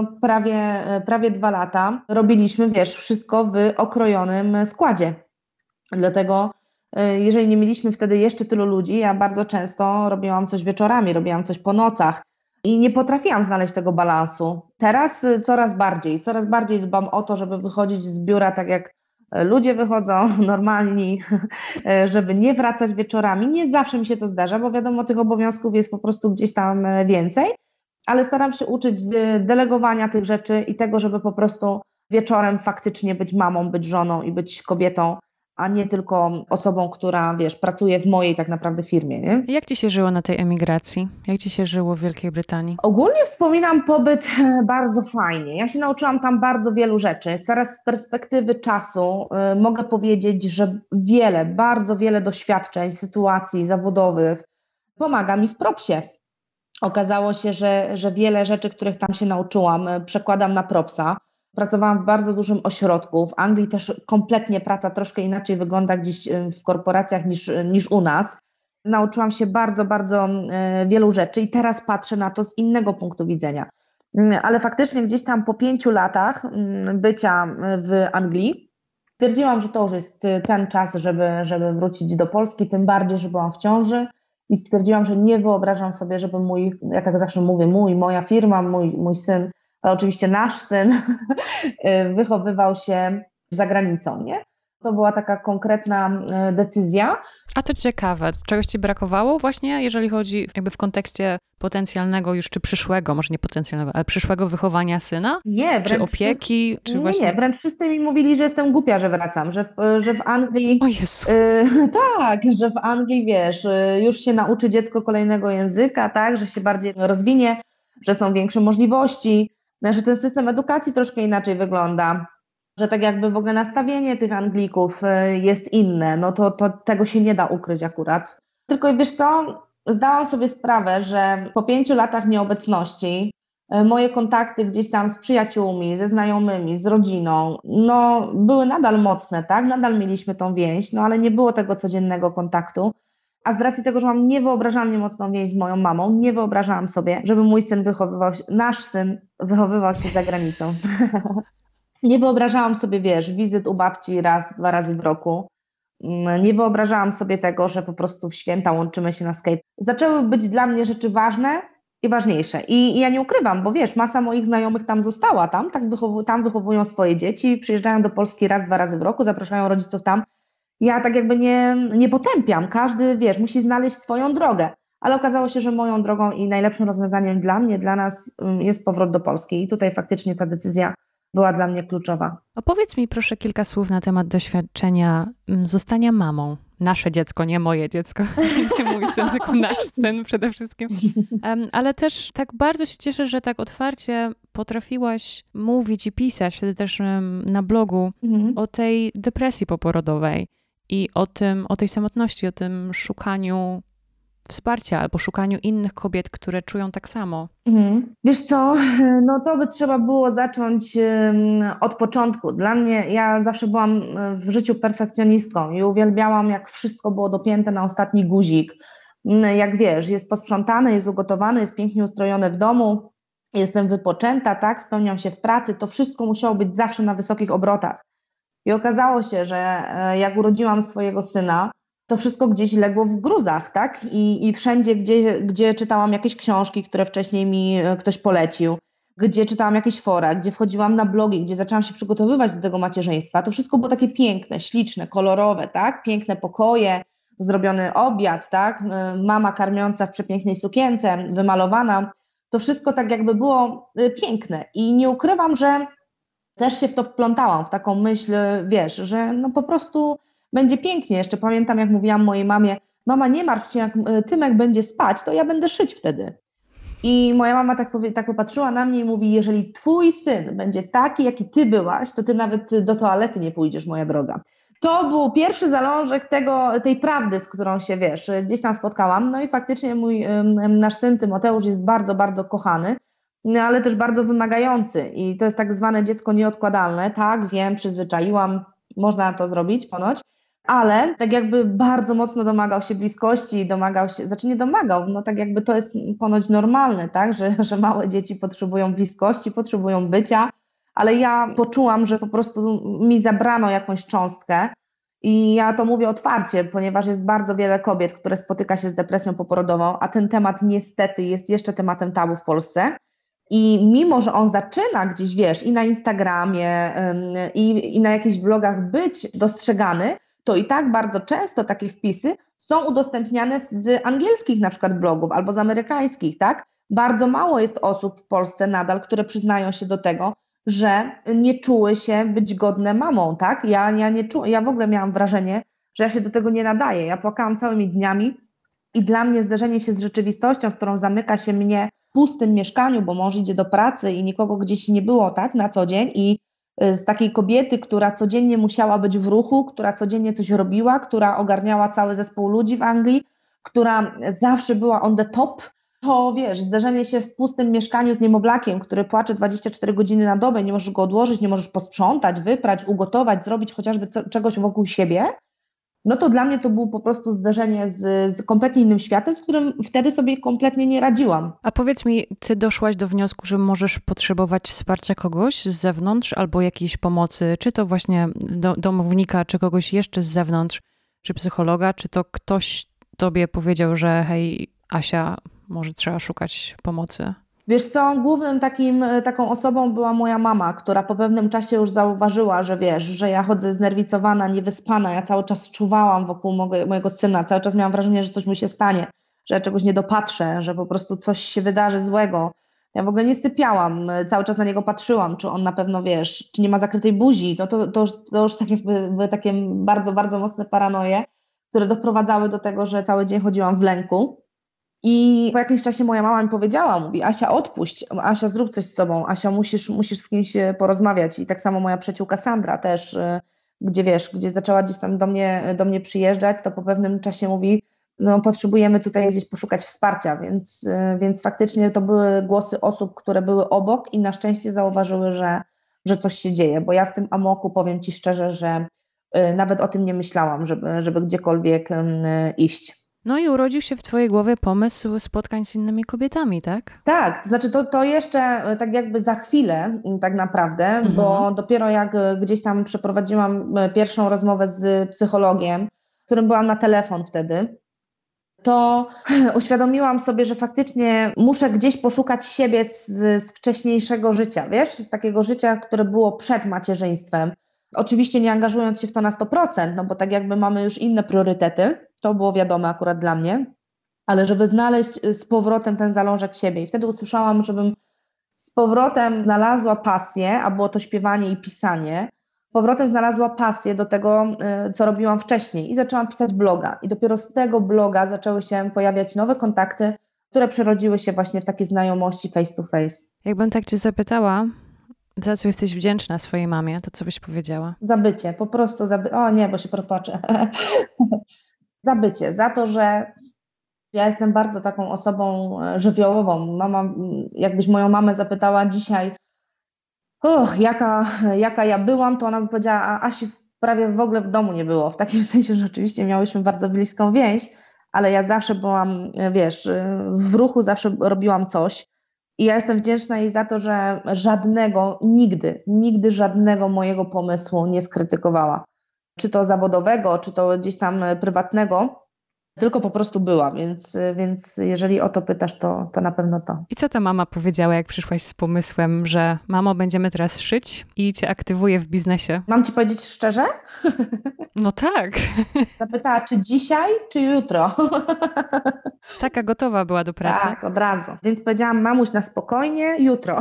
prawie 2 lata robiliśmy, wszystko w okrojonym składzie. Dlatego jeżeli nie mieliśmy wtedy jeszcze tylu ludzi, ja bardzo często robiłam coś wieczorami, robiłam coś po nocach i nie potrafiłam znaleźć tego balansu. Teraz coraz bardziej dbam o to, żeby wychodzić z biura tak jak ludzie wychodzą normalni, żeby nie wracać wieczorami. Nie zawsze mi się to zdarza, bo wiadomo, tych obowiązków jest po prostu gdzieś tam więcej, ale staram się uczyć delegowania tych rzeczy i tego, żeby po prostu wieczorem faktycznie być mamą, być żoną i być kobietą, a nie tylko osobą, która, pracuje w mojej tak naprawdę firmie, nie? Jak ci się żyło na tej emigracji? Jak ci się żyło w Wielkiej Brytanii? Ogólnie wspominam pobyt bardzo fajnie. Ja się nauczyłam tam bardzo wielu rzeczy. Teraz z perspektywy czasu mogę powiedzieć, że bardzo wiele doświadczeń, sytuacji zawodowych pomaga mi w propsie. Okazało się, że wiele rzeczy, których tam się nauczyłam, przekładam na propsa. Pracowałam w bardzo dużym ośrodku. W Anglii też kompletnie praca troszkę inaczej wygląda gdzieś w korporacjach niż u nas. Nauczyłam się bardzo, bardzo wielu rzeczy i teraz patrzę na to z innego punktu widzenia. Ale faktycznie gdzieś tam po 5 latach bycia w Anglii stwierdziłam, że to już jest ten czas, żeby wrócić do Polski, tym bardziej, że byłam w ciąży i stwierdziłam, że nie wyobrażam sobie, żeby ja tak zawsze mówię, moja firma, mój syn, ale oczywiście nasz syn wychowywał się za granicą, nie? To była taka konkretna decyzja. A to ciekawe, czegoś Ci brakowało właśnie, jeżeli chodzi jakby w kontekście potencjalnego już, czy przyszłego, może nie potencjalnego, ale przyszłego wychowania syna? Nie, czy opieki? Czy właśnie... Nie, wręcz wszyscy mi mówili, że jestem głupia, że wracam, że w Anglii... O Jezu. Tak, że w Anglii, wiesz, już się nauczy dziecko kolejnego języka, tak, że się bardziej rozwinie, że są większe możliwości, że ten system edukacji troszkę inaczej wygląda. Że tak jakby w ogóle nastawienie tych Anglików jest inne, no to tego się nie da ukryć akurat. Tylko wiesz co, zdałam sobie sprawę, że po 5 latach nieobecności moje kontakty gdzieś tam z przyjaciółmi, ze znajomymi, z rodziną, no były nadal mocne, tak? Nadal mieliśmy tą więź, no ale nie było tego codziennego kontaktu. A z racji tego, że mam niewyobrażalnie mocną więź z moją mamą, nie wyobrażałam sobie, żeby nasz syn wychowywał się za granicą. Nie wyobrażałam sobie, wiesz, wizyt u babci 1-2 razy w roku. Nie wyobrażałam sobie tego, że po prostu w święta łączymy się na Skype. Zaczęły być dla mnie rzeczy ważne i ważniejsze. I ja nie ukrywam, bo wiesz, masa moich znajomych tam została, tam wychowują swoje dzieci, przyjeżdżają do Polski 1-2 razy w roku, zapraszają rodziców tam. Ja tak jakby nie potępiam. Każdy, wiesz, musi znaleźć swoją drogę. Ale okazało się, że moją drogą i najlepszym rozwiązaniem dla nas jest powrót do Polski. I tutaj faktycznie ta decyzja była dla mnie kluczowa. Opowiedz mi proszę kilka słów na temat doświadczenia zostania mamą. Nasze dziecko, nie moje dziecko, nie mój syn, tylko nasz syn przede wszystkim. Ale też tak bardzo się cieszę, że tak otwarcie potrafiłaś mówić i pisać wtedy też na blogu o tej depresji poporodowej i o tej samotności, o tym szukaniu wsparcia albo szukaniu innych kobiet, które czują tak samo. Wiesz co, no to by trzeba było zacząć od początku. Dla mnie, ja zawsze byłam w życiu perfekcjonistką i uwielbiałam, jak wszystko było dopięte na ostatni guzik. Jak wiesz, jest posprzątane, jest ugotowane, jest pięknie ustrojone w domu, jestem wypoczęta, tak, spełniam się w pracy, to wszystko musiało być zawsze na wysokich obrotach. I okazało się, że jak urodziłam swojego syna, to wszystko gdzieś legło w gruzach, tak? I wszędzie, gdzie czytałam jakieś książki, które wcześniej mi ktoś polecił, gdzie czytałam jakieś fora, gdzie wchodziłam na blogi, gdzie zaczęłam się przygotowywać do tego macierzyństwa, to wszystko było takie piękne, śliczne, kolorowe, tak? Piękne pokoje, zrobiony obiad, tak? Mama karmiąca w przepięknej sukience, wymalowana. To wszystko tak jakby było piękne. I nie ukrywam, że też się w to wplątałam, w taką myśl, wiesz, że no po prostu będzie pięknie. Jeszcze pamiętam, jak mówiłam mojej mamie, mama, nie martw się, jak Tymek będzie spać, to ja będę szyć wtedy. I moja mama tak popatrzyła na mnie i mówi, jeżeli twój syn będzie taki, jaki ty byłaś, to ty nawet do toalety nie pójdziesz, moja droga. To był pierwszy zalążek tej prawdy, z którą się, wiesz, gdzieś tam spotkałam. No i faktycznie nasz syn Tymoteusz jest bardzo, bardzo kochany, ale też bardzo wymagający. I to jest tak zwane dziecko nieodkładalne. Tak, wiem, przyzwyczaiłam, można to zrobić ponoć. Ale tak jakby bardzo mocno domagał się bliskości, no tak jakby to jest ponoć normalne, tak, że małe dzieci potrzebują bliskości, potrzebują bycia, ale ja poczułam, że po prostu mi zabrano jakąś cząstkę i ja to mówię otwarcie, ponieważ jest bardzo wiele kobiet, które spotyka się z depresją poporodową, a ten temat niestety jest jeszcze tematem tabu w Polsce. I mimo, że on zaczyna gdzieś, wiesz, i na Instagramie, i na jakichś blogach być dostrzegany, to i tak bardzo często takie wpisy są udostępniane z angielskich na przykład blogów albo z amerykańskich, tak? Bardzo mało jest osób w Polsce nadal, które przyznają się do tego, że nie czuły się być godne mamą, tak? Ja w ogóle miałam wrażenie, że ja się do tego nie nadaję. Ja płakałam całymi dniami i dla mnie zderzenie się z rzeczywistością, w którą zamyka się mnie w pustym mieszkaniu, bo mąż idzie do pracy i nikogo gdzieś nie było, tak? Na co dzień i z takiej kobiety, która codziennie musiała być w ruchu, która codziennie coś robiła, która ogarniała cały zespół ludzi w Anglii, która zawsze była on the top, To wiesz, zderzenie się w pustym mieszkaniu z niemowlakiem, który płacze 24 godziny na dobę, nie możesz go odłożyć, nie możesz posprzątać, wyprać, ugotować, zrobić chociażby czegoś wokół siebie, no to dla mnie to było po prostu zderzenie z kompletnie innym światem, z którym wtedy sobie kompletnie nie radziłam. A powiedz mi, ty doszłaś do wniosku, że możesz potrzebować wsparcia kogoś z zewnątrz albo jakiejś pomocy, czy to właśnie domownika, czy kogoś jeszcze z zewnątrz, czy psychologa, czy to ktoś tobie powiedział, że hej, Asia, może trzeba szukać pomocy? Wiesz co, głównym taką osobą była moja mama, która po pewnym czasie już zauważyła, że wiesz, że ja chodzę znerwicowana, niewyspana, ja cały czas czuwałam wokół mojego syna, cały czas miałam wrażenie, że coś mu się stanie, że ja czegoś nie dopatrzę, że po prostu coś się wydarzy złego. Ja w ogóle nie sypiałam, cały czas na niego patrzyłam, czy on na pewno, wiesz, czy nie ma zakrytej buzi. No to już tak jakby były takie bardzo, bardzo mocne paranoje, które doprowadzały do tego, że cały dzień chodziłam w lęku. I po jakimś czasie moja mama mi powiedziała, mówi: Asia, odpuść, Asia, zrób coś z sobą, Asia, musisz z kimś porozmawiać. I tak samo moja przyjaciółka Sandra też, gdzie zaczęła gdzieś tam do mnie przyjeżdżać, to po pewnym czasie mówi: no potrzebujemy tutaj gdzieś poszukać wsparcia, więc faktycznie to były głosy osób, które były obok i na szczęście zauważyły, że coś się dzieje, bo ja w tym amoku, powiem Ci szczerze, że nawet o tym nie myślałam, żeby gdziekolwiek iść. No i urodził się w twojej głowie pomysł spotkań z innymi kobietami, tak? Tak, to znaczy to jeszcze tak jakby za chwilę tak naprawdę, bo dopiero jak gdzieś tam przeprowadziłam pierwszą rozmowę z psychologiem, którym byłam na telefon wtedy, to uświadomiłam sobie, że faktycznie muszę gdzieś poszukać siebie z wcześniejszego życia, wiesz, z takiego życia, które było przed macierzyństwem. Oczywiście nie angażując się w to na 100%, no bo tak jakby mamy już inne priorytety, to było wiadome akurat dla mnie, ale żeby znaleźć z powrotem ten zalążek siebie. I wtedy usłyszałam, żebym z powrotem znalazła pasję, a było to śpiewanie i pisanie, z powrotem znalazła pasję do tego, co robiłam wcześniej i zaczęłam pisać bloga. I dopiero z tego bloga zaczęły się pojawiać nowe kontakty, które przerodziły się właśnie w takie znajomości face to face. Jakbym tak cię zapytała, za co jesteś wdzięczna swojej mamie, to co byś powiedziała? Za bycie, po prostu o nie, bo się propoczę. Za bycie, za to, że ja jestem bardzo taką osobą żywiołową. Mama, jakbyś moją mamę zapytała dzisiaj, jaka ja byłam, to ona by powiedziała: a Asi prawie w ogóle w domu nie było. W takim sensie, że oczywiście miałyśmy bardzo bliską więź, ale ja zawsze byłam, wiesz, w ruchu, zawsze robiłam coś. I ja jestem wdzięczna jej za to, że nigdy żadnego mojego pomysłu nie skrytykowała. Czy to zawodowego, czy to gdzieś tam prywatnego, tylko po prostu była, więc jeżeli o to pytasz, to na pewno to. I co ta mama powiedziała, jak przyszłaś z pomysłem, że mamo, będziemy teraz szyć i cię aktywuje w biznesie? Mam ci powiedzieć szczerze? No tak. Zapytała, czy dzisiaj, czy jutro? Taka gotowa była do pracy? Tak, od razu. Więc powiedziałam: mamuś, na spokojnie, jutro.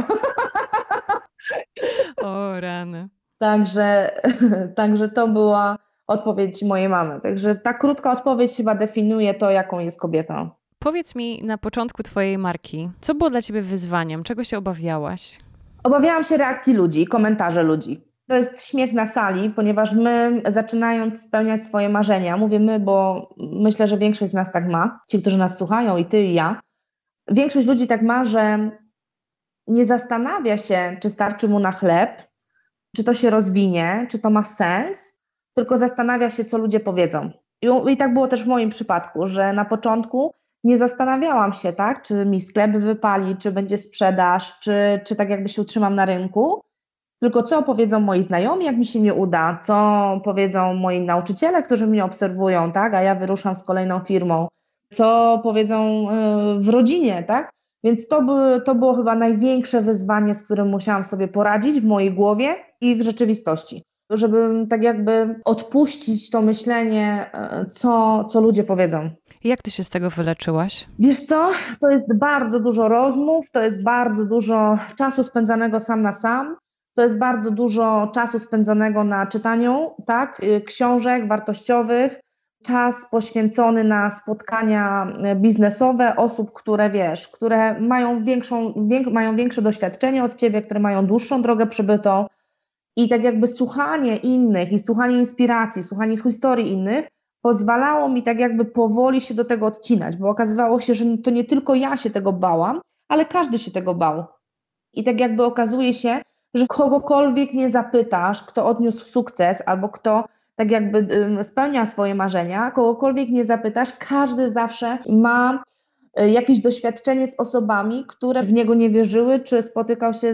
O rany. Także to była odpowiedź mojej mamy. Także ta krótka odpowiedź chyba definiuje to, jaką jest kobietą. Powiedz mi, na początku twojej marki, co było dla ciebie wyzwaniem? Czego się obawiałaś? Obawiałam się reakcji ludzi, komentarzy ludzi. To jest śmiech na sali, ponieważ my, zaczynając spełniać swoje marzenia, mówię my, bo myślę, że większość z nas tak ma, ci, którzy nas słuchają, i ty, i ja, większość ludzi tak ma, że nie zastanawia się, czy starczy mu na chleb, czy to się rozwinie, czy to ma sens, tylko zastanawia się, co ludzie powiedzą. I tak było też w moim przypadku, że na początku nie zastanawiałam się, tak, czy mi sklep wypali, czy będzie sprzedaż, czy tak jakby się utrzymam na rynku, tylko co powiedzą moi znajomi, jak mi się nie uda, co powiedzą moi nauczyciele, którzy mnie obserwują, tak, a ja wyruszam z kolejną firmą, co powiedzą w rodzinie, tak. Więc to było chyba największe wyzwanie, z którym musiałam sobie poradzić w mojej głowie i w rzeczywistości. Żeby tak jakby odpuścić to myślenie, co ludzie powiedzą. Jak ty się z tego wyleczyłaś? Wiesz co, to jest bardzo dużo rozmów, to jest bardzo dużo czasu spędzanego sam na sam, to jest bardzo dużo czasu spędzonego na czytaniu, tak, książek wartościowych, czas poświęcony na spotkania biznesowe osób, które wiesz, które mają większe doświadczenie od ciebie, które mają dłuższą drogę przebytą. I tak jakby słuchanie innych i słuchanie inspiracji, słuchanie historii innych pozwalało mi tak jakby powoli się do tego odcinać, bo okazywało się, że to nie tylko ja się tego bałam, ale każdy się tego bał. I tak jakby okazuje się, że kogokolwiek nie zapytasz, kto odniósł sukces albo kto tak jakby spełnia swoje marzenia, kogokolwiek nie zapytasz, każdy zawsze ma jakieś doświadczenie z osobami, które w niego nie wierzyły, czy spotykał się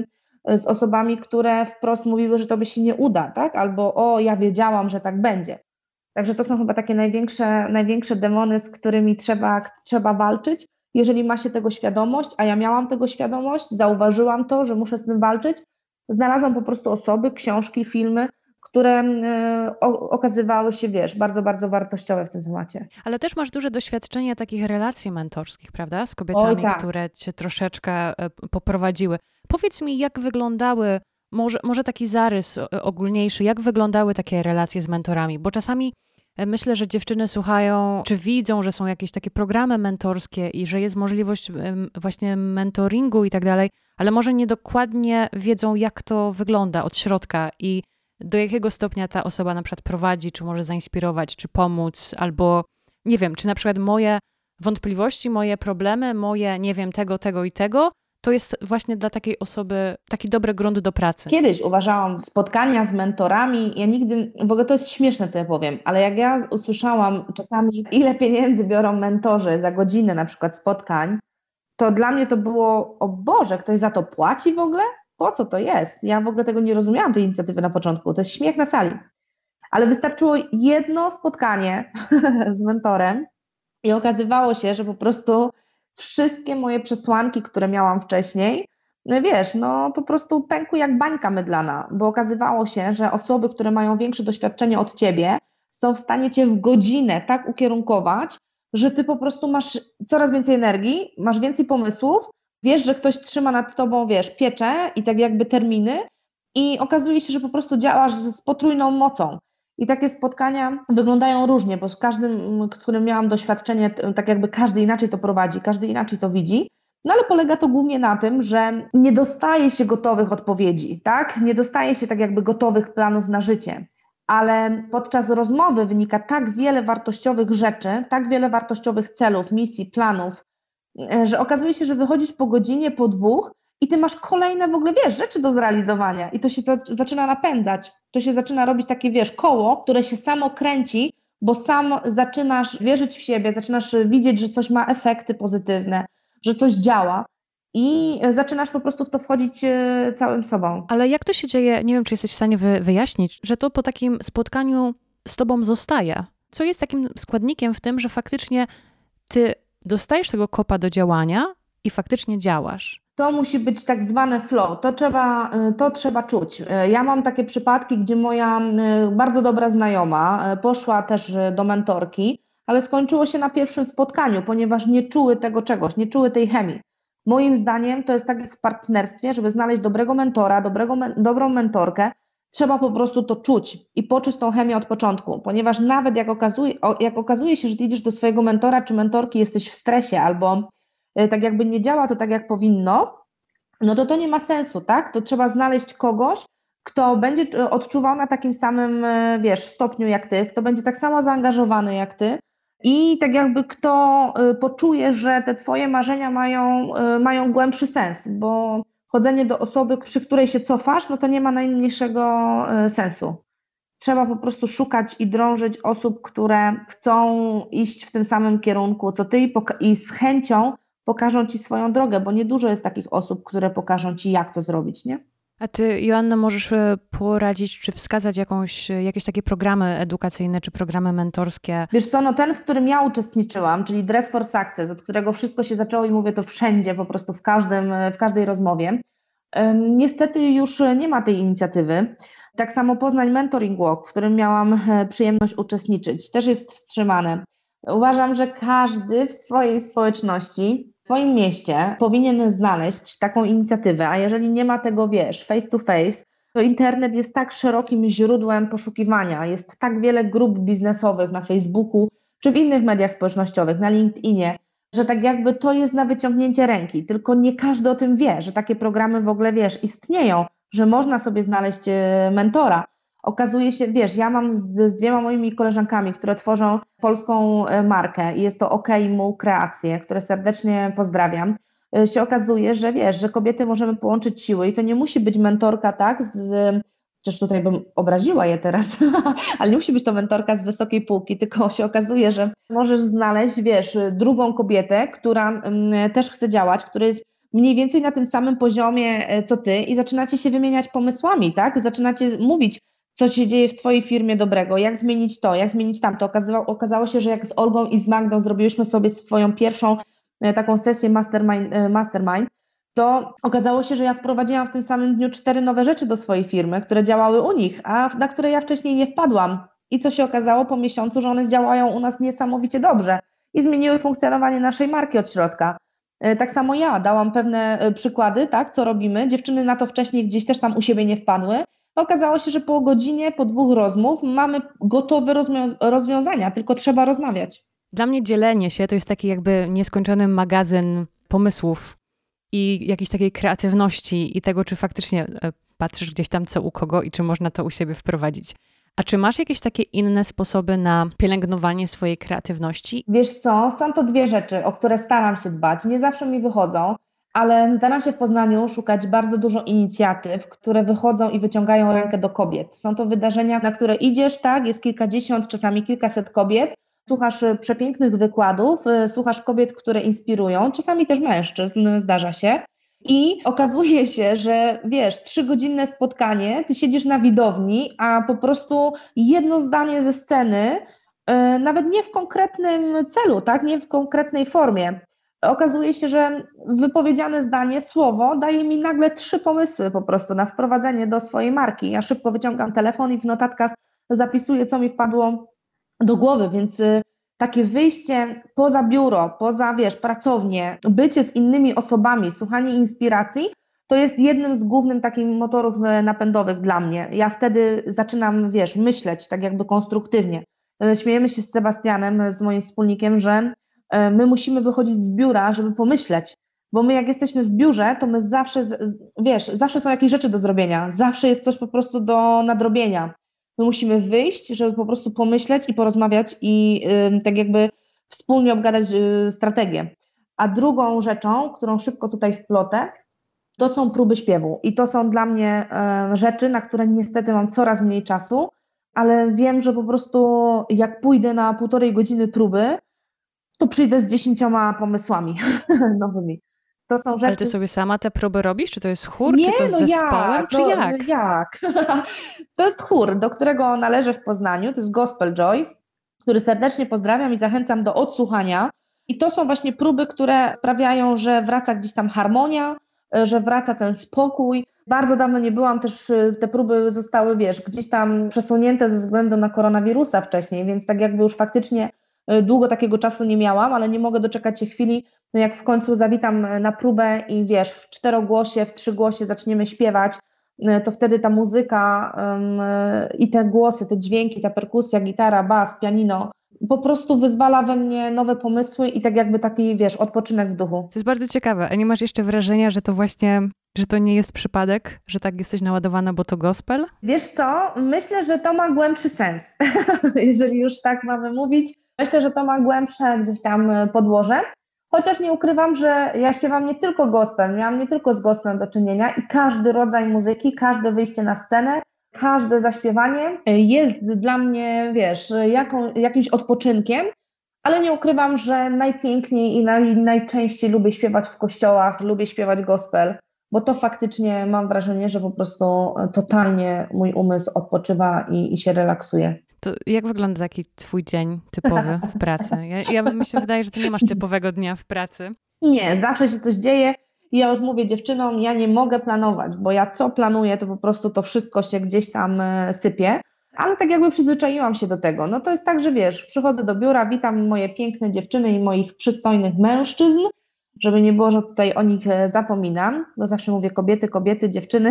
z osobami, które wprost mówiły, że to by się nie uda, tak? Albo ja wiedziałam, że tak będzie. Także to są chyba takie największe demony, z którymi trzeba walczyć. Jeżeli ma się tego świadomość, a ja miałam tego świadomość, zauważyłam to, że muszę z tym walczyć, znalazłam po prostu osoby, książki, filmy, które okazywały się, bardzo, bardzo wartościowe w tym temacie. Ale też masz duże doświadczenie takich relacji mentorskich, prawda? Z kobietami, tak. które cię troszeczkę poprowadziły. Powiedz mi, jak wyglądały, może taki zarys ogólniejszy, jak wyglądały takie relacje z mentorami? Bo czasami myślę, że dziewczyny słuchają, czy widzą, że są jakieś takie programy mentorskie i że jest możliwość właśnie mentoringu i tak dalej, ale może niedokładnie wiedzą, jak to wygląda od środka i do jakiego stopnia ta osoba na przykład prowadzi, czy może zainspirować, czy pomóc, albo nie wiem, czy na przykład moje wątpliwości, moje problemy, moje nie wiem tego i tego, to jest właśnie dla takiej osoby taki dobry grunt do pracy. Kiedyś uważałam spotkania z mentorami, ja nigdy, w ogóle to jest śmieszne, co ja powiem, ale jak ja usłyszałam czasami, ile pieniędzy biorą mentorzy za godzinę na przykład spotkań, to dla mnie to było, o Boże, ktoś za to płaci w ogóle? Po co to jest? Ja w ogóle tego nie rozumiałam, tej inicjatywy na początku, to jest śmiech na sali. Ale wystarczyło jedno spotkanie z mentorem i okazywało się, że po prostu wszystkie moje przesłanki, które miałam wcześniej, po prostu pękły jak bańka mydlana, bo okazywało się, że osoby, które mają większe doświadczenie od ciebie, są w stanie cię w godzinę tak ukierunkować, że ty po prostu masz coraz więcej energii, masz więcej pomysłów, wiesz, że ktoś trzyma nad tobą, piecze i tak jakby terminy i okazuje się, że po prostu działasz z potrójną mocą. I takie spotkania wyglądają różnie, bo z każdym, z którym miałam doświadczenie, tak jakby każdy inaczej to prowadzi, każdy inaczej to widzi. No ale polega to głównie na tym, że nie dostaje się gotowych odpowiedzi, tak? Nie dostaje się tak jakby gotowych planów na życie. Ale podczas rozmowy wynika tak wiele wartościowych rzeczy, tak wiele wartościowych celów, misji, planów, że okazuje się, że wychodzisz po godzinie, po dwóch i ty masz kolejne w ogóle, rzeczy do zrealizowania i to się zaczyna napędzać. To się zaczyna robić takie, koło, które się samo kręci, bo sam zaczynasz wierzyć w siebie, zaczynasz widzieć, że coś ma efekty pozytywne, że coś działa i zaczynasz po prostu w to wchodzić całym sobą. Ale jak to się dzieje, nie wiem, czy jesteś w stanie wyjaśnić, że to po takim spotkaniu z tobą zostaje? Co jest takim składnikiem w tym, że faktycznie ty dostajesz tego kopa do działania i faktycznie działasz? To musi być tak zwany flow, to trzeba czuć. Ja mam takie przypadki, gdzie moja bardzo dobra znajoma poszła też do mentorki, ale skończyło się na pierwszym spotkaniu, ponieważ nie czuły tego czegoś, nie czuły tej chemii. Moim zdaniem to jest tak jak w partnerstwie, żeby znaleźć dobrego mentora, dobrą mentorkę, trzeba po prostu to czuć i poczuć tą chemię od początku, ponieważ nawet jak okazuje się, że ty idziesz do swojego mentora czy mentorki, jesteś w stresie albo tak jakby nie działa to tak, jak powinno, no to nie ma sensu, tak? To trzeba znaleźć kogoś, kto będzie odczuwał na takim samym, stopniu jak ty, kto będzie tak samo zaangażowany jak ty i tak jakby kto poczuje, że te twoje marzenia mają głębszy sens, bo chodzenie do osoby, przy której się cofasz, no to nie ma najmniejszego sensu. Trzeba po prostu szukać i drążyć osób, które chcą iść w tym samym kierunku, co ty i z chęcią pokażą ci swoją drogę, bo niedużo jest takich osób, które pokażą ci, jak to zrobić, nie? A ty, Joanna, możesz poradzić, czy wskazać jakieś takie programy edukacyjne, czy programy mentorskie? Wiesz co, ten, w którym ja uczestniczyłam, czyli Dress for Success, od którego wszystko się zaczęło i mówię to wszędzie, po prostu w każdej rozmowie, niestety już nie ma tej inicjatywy. Tak samo Poznań Mentoring Walk, w którym miałam przyjemność uczestniczyć, też jest wstrzymane. Uważam, że każdy w swojej społeczności, w swoim mieście powinien znaleźć taką inicjatywę, a jeżeli nie ma tego, face to face, to internet jest tak szerokim źródłem poszukiwania, jest tak wiele grup biznesowych na Facebooku czy w innych mediach społecznościowych, na LinkedInie, że tak jakby to jest na wyciągnięcie ręki, tylko nie każdy o tym wie, że takie programy w ogóle, istnieją, że można sobie znaleźć mentora. Okazuje się, wiesz, ja mam z 2 moimi koleżankami, które tworzą polską markę i jest to OK.mu Kreacje, które serdecznie pozdrawiam. Się okazuje, że wiesz, że kobiety możemy połączyć siły i to nie musi być mentorka, tak, chociaż tutaj bym obraziła je teraz, ale nie musi być to mentorka z wysokiej półki, tylko się okazuje, że możesz znaleźć, wiesz, drugą kobietę, która też chce działać, która jest mniej więcej na tym samym poziomie co ty i zaczynacie się wymieniać pomysłami, tak? Zaczynacie mówić, co się dzieje w twojej firmie dobrego, jak zmienić to, jak zmienić tamto. Okazało się, że jak z Olgą i z Magdą zrobiłyśmy sobie swoją pierwszą taką sesję mastermind, to okazało się, że ja wprowadziłam w tym samym dniu 4 nowe rzeczy do swojej firmy, które działały u nich, a na które ja wcześniej nie wpadłam. I co się okazało po miesiącu, że one działają u nas niesamowicie dobrze i zmieniły funkcjonowanie naszej marki od środka. Tak samo ja dałam pewne przykłady, tak, co robimy. Dziewczyny na to wcześniej gdzieś też tam u siebie nie wpadły. Okazało się, że po godzinie, po 2 rozmów mamy gotowe rozwiązania, tylko trzeba rozmawiać. Dla mnie dzielenie się to jest taki jakby nieskończony magazyn pomysłów i jakiejś takiej kreatywności i tego, czy faktycznie patrzysz gdzieś tam co u kogo i czy można to u siebie wprowadzić. A czy masz jakieś takie inne sposoby na pielęgnowanie swojej kreatywności? Wiesz co, są to 2 rzeczy, o które staram się dbać. Nie zawsze mi wychodzą, ale staram się w Poznaniu szukać bardzo dużo inicjatyw, które wychodzą i wyciągają rękę do kobiet. Są to wydarzenia, na które idziesz, tak, jest kilkadziesiąt, czasami kilkaset kobiet. Słuchasz przepięknych wykładów, słuchasz kobiet, które inspirują, czasami też mężczyzn, zdarza się. I okazuje się, że wiesz, 3-godzinne spotkanie, ty siedzisz na widowni, a po prostu jedno zdanie ze sceny, nawet nie w konkretnym celu, tak, nie w konkretnej formie. Okazuje się, że wypowiedziane zdanie, słowo daje mi nagle 3 pomysły po prostu na wprowadzenie do swojej marki. Ja szybko wyciągam telefon i w notatkach zapisuję, co mi wpadło do głowy, więc takie wyjście poza biuro, poza, wiesz, pracownię, bycie z innymi osobami, słuchanie inspiracji, to jest jednym z głównych takich motorów napędowych dla mnie. Ja wtedy zaczynam, wiesz, myśleć tak jakby konstruktywnie. Śmiejemy się z Sebastianem, z moim wspólnikiem, że my musimy wychodzić z biura, żeby pomyśleć, bo my jak jesteśmy w biurze, to my zawsze, wiesz, zawsze są jakieś rzeczy do zrobienia, zawsze jest coś po prostu do nadrobienia. My musimy wyjść, żeby po prostu pomyśleć i porozmawiać i tak jakby wspólnie obgadać strategię. A drugą rzeczą, którą szybko tutaj wplotę, to są próby śpiewu. I to są dla mnie rzeczy, na które niestety mam coraz mniej czasu, ale wiem, że po prostu jak pójdę na 1,5 godziny próby, to przyjdę z 10 pomysłami nowymi. To są rzeczy... Ale ty sobie sama te próby robisz? Czy to jest chór? Nie, czy to z zespołem? Czy jak? Jak? To jest chór, do którego należę w Poznaniu. To jest Gospel Joy, który serdecznie pozdrawiam i zachęcam do odsłuchania. I to są właśnie próby, które sprawiają, że wraca gdzieś tam harmonia, że wraca ten spokój. Bardzo dawno nie byłam, też te próby zostały, wiesz, gdzieś tam przesunięte ze względu na koronawirusa wcześniej, więc tak jakby już faktycznie długo takiego czasu nie miałam, ale nie mogę doczekać się chwili, no jak w końcu zawitam na próbę i wiesz, w 4-głosie, w 3-głosie zaczniemy śpiewać, to wtedy ta muzyka i te głosy, te dźwięki, ta perkusja, gitara, bas, pianino po prostu wyzwala we mnie nowe pomysły i tak jakby taki, wiesz, odpoczynek w duchu. To jest bardzo ciekawe. A nie masz jeszcze wrażenia, że to właśnie, że to nie jest przypadek, że tak jesteś naładowana, bo to gospel? Wiesz co? Myślę, że to ma głębszy sens. Jeżeli już tak mamy mówić, myślę, że to ma głębsze gdzieś tam podłoże. Chociaż nie ukrywam, że ja śpiewam nie tylko gospel, miałam nie tylko z gospelem do czynienia i każdy rodzaj muzyki, każde wyjście na scenę, każde zaśpiewanie jest dla mnie, wiesz, jakimś odpoczynkiem, ale nie ukrywam, że najpiękniej i najczęściej lubię śpiewać w kościołach, lubię śpiewać gospel, bo to faktycznie mam wrażenie, że po prostu totalnie mój umysł odpoczywa i się relaksuje. To jak wygląda taki twój dzień typowy w pracy? Ja mi się wydaje, że ty nie masz typowego dnia w pracy. Nie, zawsze się coś dzieje. I ja już mówię dziewczynom, ja nie mogę planować, bo ja co planuję, to po prostu to wszystko się gdzieś tam sypie, ale tak jakby przyzwyczaiłam się do tego. No to jest tak, że wiesz, przychodzę do biura, witam moje piękne dziewczyny i moich przystojnych mężczyzn, żeby nie było, że tutaj o nich zapominam, bo zawsze mówię kobiety, dziewczyny,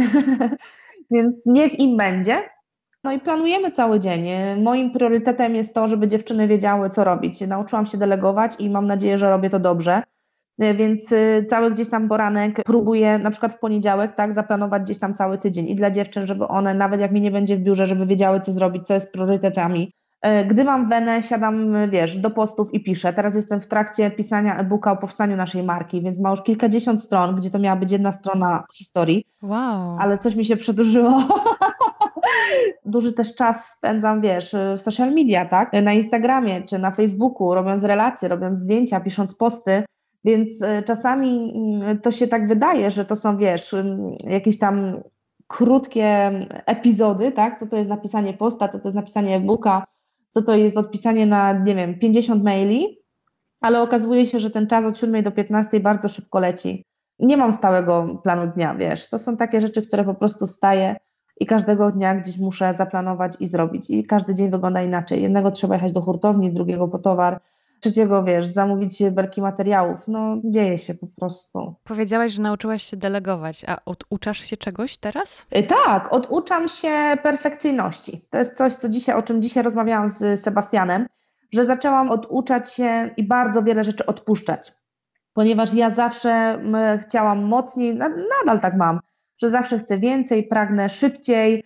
więc niech im będzie. No i planujemy cały dzień. Moim priorytetem jest to, żeby dziewczyny wiedziały, co robić. Nauczyłam się delegować i mam nadzieję, że robię to dobrze. więc cały gdzieś tam poranek próbuję na przykład w poniedziałek, tak, zaplanować gdzieś tam cały tydzień i dla dziewczyn, żeby one, nawet jak mnie nie będzie w biurze, żeby wiedziały, co zrobić, co jest priorytetami. Gdy mam wenę, siadam, do postów i piszę. Teraz jestem w trakcie pisania e-booka o powstaniu naszej marki, więc ma już kilkadziesiąt stron, gdzie to miała być jedna strona historii. Wow. Ale coś mi się przedłużyło. Duży też czas spędzam, w social media, tak? Na Instagramie czy na Facebooku, robiąc relacje, robiąc zdjęcia, pisząc posty, więc czasami to się tak wydaje, że to są, jakieś tam krótkie epizody, tak? Co to jest napisanie posta, co to jest napisanie e-booka, co to jest odpisanie na, 50 maili, ale okazuje się, że ten czas od 7 do 15 bardzo szybko leci. Nie mam stałego planu dnia, to są takie rzeczy, które po prostu wstaję i każdego dnia gdzieś muszę zaplanować i zrobić. I każdy dzień wygląda inaczej. Jednego trzeba jechać do hurtowni, drugiego po towar, trzeciego, zamówić belki materiałów. No, dzieje się po prostu. Powiedziałaś, że nauczyłaś się delegować, a oduczasz się czegoś teraz? Tak, oduczam się perfekcyjności. To jest coś, o czym dzisiaj rozmawiałam z Sebastianem, że zaczęłam oduczać się i bardzo wiele rzeczy odpuszczać. Ponieważ ja zawsze chciałam mocniej, nadal tak mam, że zawsze chcę więcej, pragnę szybciej.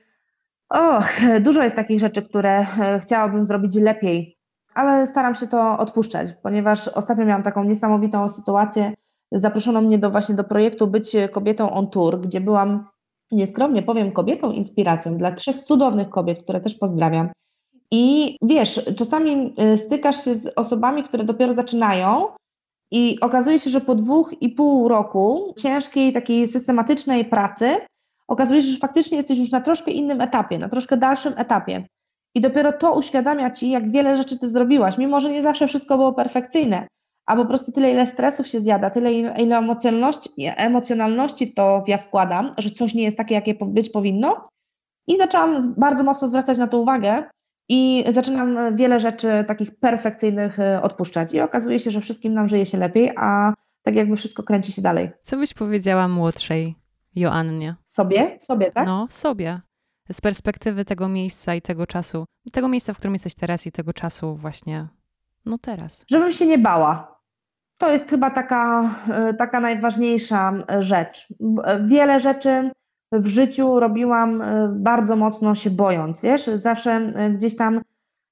Dużo jest takich rzeczy, które chciałabym zrobić lepiej, ale staram się to odpuszczać, ponieważ ostatnio miałam taką niesamowitą sytuację. Zaproszono mnie do projektu Być kobietą on tour, gdzie byłam, nieskromnie powiem, kobietą inspiracją dla 3 cudownych kobiet, które też pozdrawiam. I czasami stykasz się z osobami, które dopiero zaczynają i okazuje się, że po 2,5 roku ciężkiej, takiej systematycznej pracy okazuje się, że faktycznie jesteś już na troszkę innym etapie, na troszkę dalszym etapie. I dopiero to uświadamia ci, jak wiele rzeczy ty zrobiłaś, mimo że nie zawsze wszystko było perfekcyjne, a po prostu tyle, ile stresów się zjada, tyle, ile emocjonalności w to ja wkładam, że coś nie jest takie, jakie być powinno. I zaczęłam bardzo mocno zwracać na to uwagę i zaczynam wiele rzeczy takich perfekcyjnych odpuszczać. I okazuje się, że wszystkim nam żyje się lepiej, a tak jakby wszystko kręci się dalej. Co byś powiedziała młodszej Joannie? Sobie, tak? No, sobie. Z perspektywy tego miejsca i tego czasu. Tego miejsca, w którym jesteś teraz i tego czasu właśnie, teraz. Żebym się nie bała. To jest chyba taka najważniejsza rzecz. Wiele rzeczy w życiu robiłam bardzo mocno się bojąc, zawsze gdzieś tam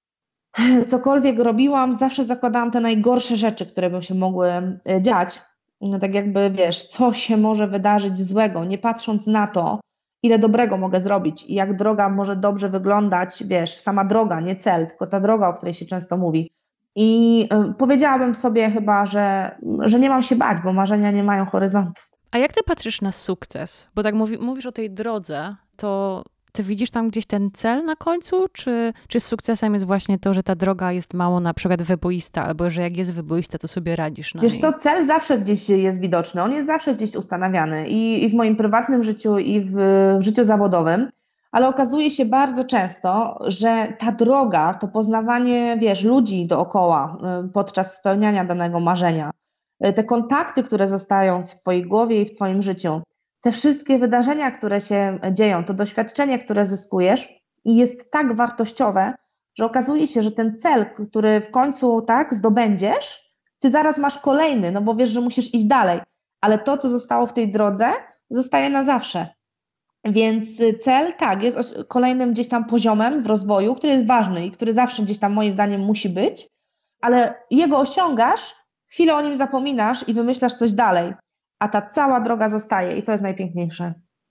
cokolwiek robiłam, zawsze zakładałam te najgorsze rzeczy, które by się mogły dziać. Tak jakby, co się może wydarzyć złego, nie patrząc na to, ile dobrego mogę zrobić i jak droga może dobrze wyglądać, sama droga, nie cel, tylko ta droga, o której się często mówi. I powiedziałabym sobie chyba, że nie mam się bać, bo marzenia nie mają horyzontu. A jak ty patrzysz na sukces? Bo tak mówisz o tej drodze, to ty widzisz tam gdzieś ten cel na końcu? Czy sukcesem jest właśnie to, że ta droga jest mało na przykład wyboista, albo że jak jest wyboista, to sobie radzisz na niej? Cel zawsze gdzieś jest widoczny, on jest zawsze gdzieś ustanawiany i w moim prywatnym życiu, i w życiu zawodowym, ale okazuje się bardzo często, że ta droga, to poznawanie, ludzi dookoła podczas spełniania danego marzenia, te kontakty, które zostają w twojej głowie i w twoim życiu, te wszystkie wydarzenia, które się dzieją, to doświadczenie, które zyskujesz i jest tak wartościowe, że okazuje się, że ten cel, który w końcu zdobędziesz, ty zaraz masz kolejny, bo wiesz, że musisz iść dalej, ale to, co zostało w tej drodze, zostaje na zawsze. Więc cel, jest kolejnym gdzieś tam poziomem w rozwoju, który jest ważny i który zawsze gdzieś tam moim zdaniem musi być, ale jego osiągasz, chwilę o nim zapominasz i wymyślasz coś dalej, a ta cała droga zostaje i to jest najpiękniejsze.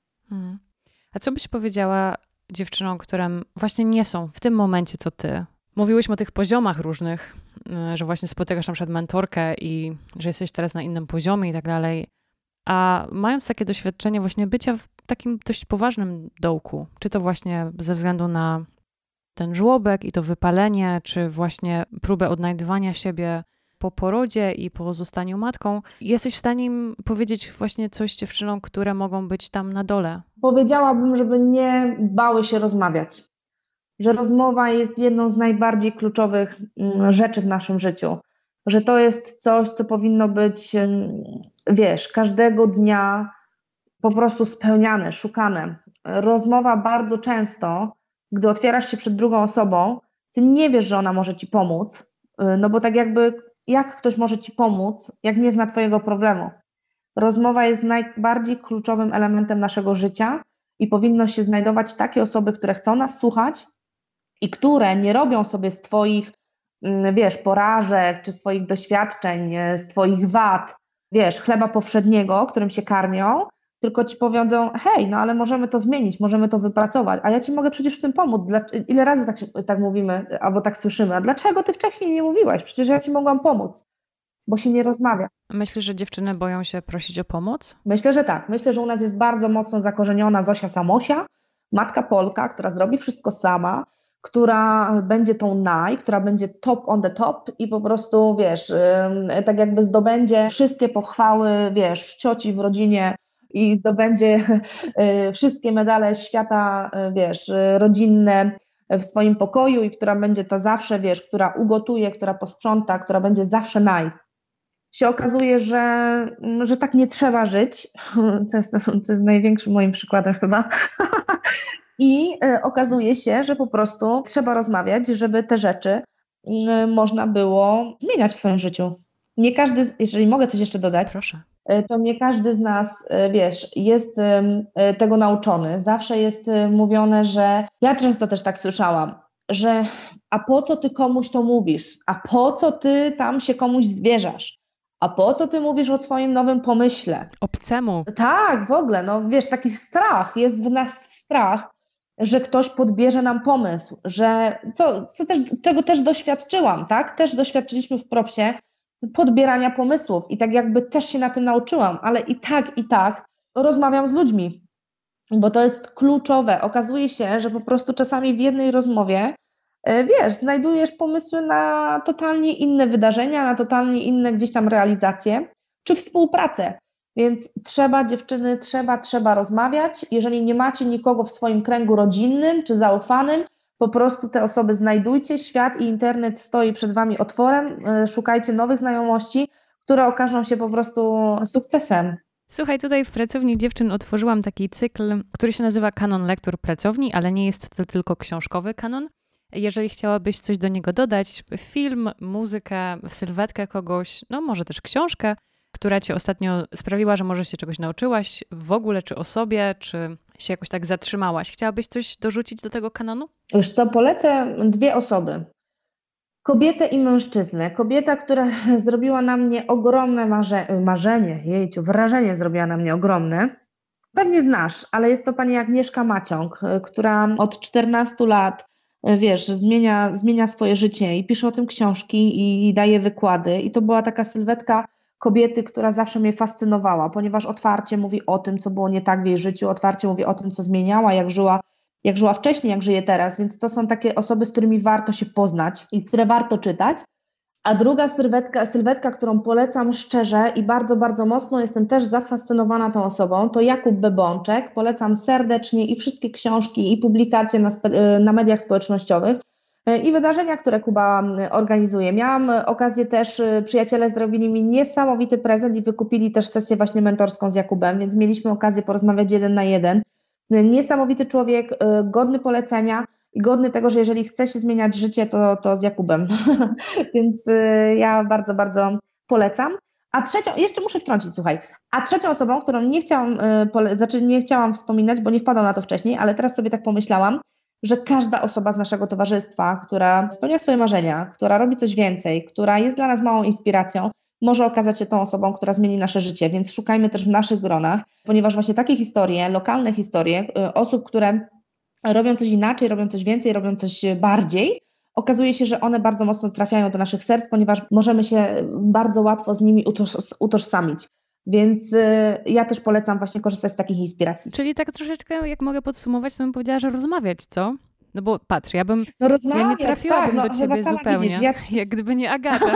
A co byś powiedziała dziewczynom, które właśnie nie są w tym momencie, co ty? Mówiłyśmy o tych poziomach różnych, że właśnie spotykasz na przykład mentorkę i że jesteś teraz na innym poziomie i tak dalej, a mając takie doświadczenie właśnie bycia w takim dość poważnym dołku, czy to właśnie ze względu na ten żłobek i to wypalenie, czy właśnie próbę odnajdywania siebie po porodzie i po zostaniu matką, jesteś w stanie im powiedzieć właśnie coś dziewczynom, które mogą być tam na dole? Powiedziałabym, żeby nie bały się rozmawiać, że rozmowa jest jedną z najbardziej kluczowych rzeczy w naszym życiu, że to jest coś, co powinno być, każdego dnia po prostu spełniane, szukane. Rozmowa bardzo często, gdy otwierasz się przed drugą osobą, ty nie wiesz, że ona może ci pomóc, bo tak jakby jak ktoś może ci pomóc, jak nie zna twojego problemu. Rozmowa jest najbardziej kluczowym elementem naszego życia i powinno się znajdować takie osoby, które chcą nas słuchać i które nie robią sobie z twoich, porażek, czy z twoich doświadczeń, z twoich wad, chleba powszedniego, którym się karmią, tylko ci powiedzą, hej, no ale możemy to zmienić, możemy to wypracować, a ja ci mogę przecież w tym pomóc. Ile razy tak mówimy albo tak słyszymy, a dlaczego ty wcześniej nie mówiłaś? Przecież ja ci mogłam pomóc, bo się nie rozmawia. Myślisz, że dziewczyny boją się prosić o pomoc? Myślę, że tak. Myślę, że u nas jest bardzo mocno zakorzeniona Zosia Samosia, matka Polka, która zrobi wszystko sama, która będzie tą która będzie top on the top i po prostu, tak jakby zdobędzie wszystkie pochwały, cioci w rodzinie i zdobędzie wszystkie medale świata, rodzinne w swoim pokoju i która będzie to zawsze, która ugotuje, która posprząta, która będzie zawsze się okazuje, że tak nie trzeba żyć, co jest największym moim przykładem chyba. I okazuje się, że po prostu trzeba rozmawiać, żeby te rzeczy można było zmieniać w swoim życiu. Nie każdy, jeżeli mogę coś jeszcze dodać, proszę, to nie każdy z nas, jest tego nauczony. Zawsze jest mówione, że ja często też tak słyszałam, że a po co ty komuś to mówisz? A po co ty tam się komuś zwierzasz? A po co ty mówisz o swoim nowym pomyśle? Obcemu. Tak, w ogóle, taki strach, jest w nas strach, że ktoś podbierze nam pomysł, że czego też doświadczyłam, tak? Też doświadczyliśmy w propsie podbierania pomysłów i tak jakby też się na tym nauczyłam, ale i tak rozmawiam z ludźmi, bo to jest kluczowe. Okazuje się, że po prostu czasami w jednej rozmowie znajdujesz pomysły na totalnie inne wydarzenia, na totalnie inne gdzieś tam realizacje, czy współpracę. Więc dziewczyny, trzeba rozmawiać. Jeżeli nie macie nikogo w swoim kręgu rodzinnym czy zaufanym, po prostu te osoby znajdujcie. Świat i internet stoi przed wami otworem. Szukajcie nowych znajomości, które okażą się po prostu sukcesem. Słuchaj, tutaj w Pracowni Dziewczyn otworzyłam taki cykl, który się nazywa Kanon Lektur Pracowni, ale nie jest to tylko książkowy kanon. Jeżeli chciałabyś coś do niego dodać, film, muzykę, sylwetkę kogoś, może też książkę, która cię ostatnio sprawiła, że może się czegoś nauczyłaś w ogóle, czy o sobie, czy się jakoś tak zatrzymałaś. Chciałabyś coś dorzucić do tego kanonu? Wiesz co, polecę 2 osoby. Kobietę i mężczyznę. Kobieta, która zrobiła na mnie ogromne wrażenie zrobiła na mnie ogromne. Pewnie znasz, ale jest to pani Agnieszka Maciąg, która od 14 lat zmienia swoje życie i pisze o tym książki i daje wykłady. I to była taka sylwetka kobiety, która zawsze mnie fascynowała, ponieważ otwarcie mówi o tym, co było nie tak w jej życiu, otwarcie mówi o tym, co zmieniała, jak żyła wcześniej, jak żyje teraz, więc to są takie osoby, z którymi warto się poznać i które warto czytać. A druga sylwetka, którą polecam szczerze i bardzo, bardzo mocno, jestem też zafascynowana tą osobą, to Jakub Bebączek. Polecam serdecznie i wszystkie książki i publikacje na mediach społecznościowych i wydarzenia, które Kuba organizuje. Miałam okazję też, przyjaciele zrobili mi niesamowity prezent i wykupili też sesję właśnie mentorską z Jakubem, więc mieliśmy okazję porozmawiać 1 na 1. Niesamowity człowiek, godny polecenia i godny tego, że jeżeli chce się zmieniać życie, to z Jakubem. Więc ja bardzo, bardzo polecam. A trzecią, jeszcze muszę wtrącić, słuchaj, a trzecią osobą, którą nie chciałam wspominać, bo nie wpadłam na to wcześniej, ale teraz sobie tak pomyślałam, że każda osoba z naszego towarzystwa, która spełnia swoje marzenia, która robi coś więcej, która jest dla nas małą inspiracją, może okazać się tą osobą, która zmieni nasze życie, więc szukajmy też w naszych gronach, ponieważ właśnie takie historie, lokalne historie osób, które robią coś inaczej, robią coś więcej, robią coś bardziej, okazuje się, że one bardzo mocno trafiają do naszych serc, ponieważ możemy się bardzo łatwo z nimi utożsamić. Więc ja też polecam właśnie korzystać z takich inspiracji. Czyli tak troszeczkę, jak mogę podsumować, to bym powiedziała, że rozmawiać, co? No bo patrz, ja nie trafiłabym do ciebie zupełnie, widzisz, jak gdyby nie Agata.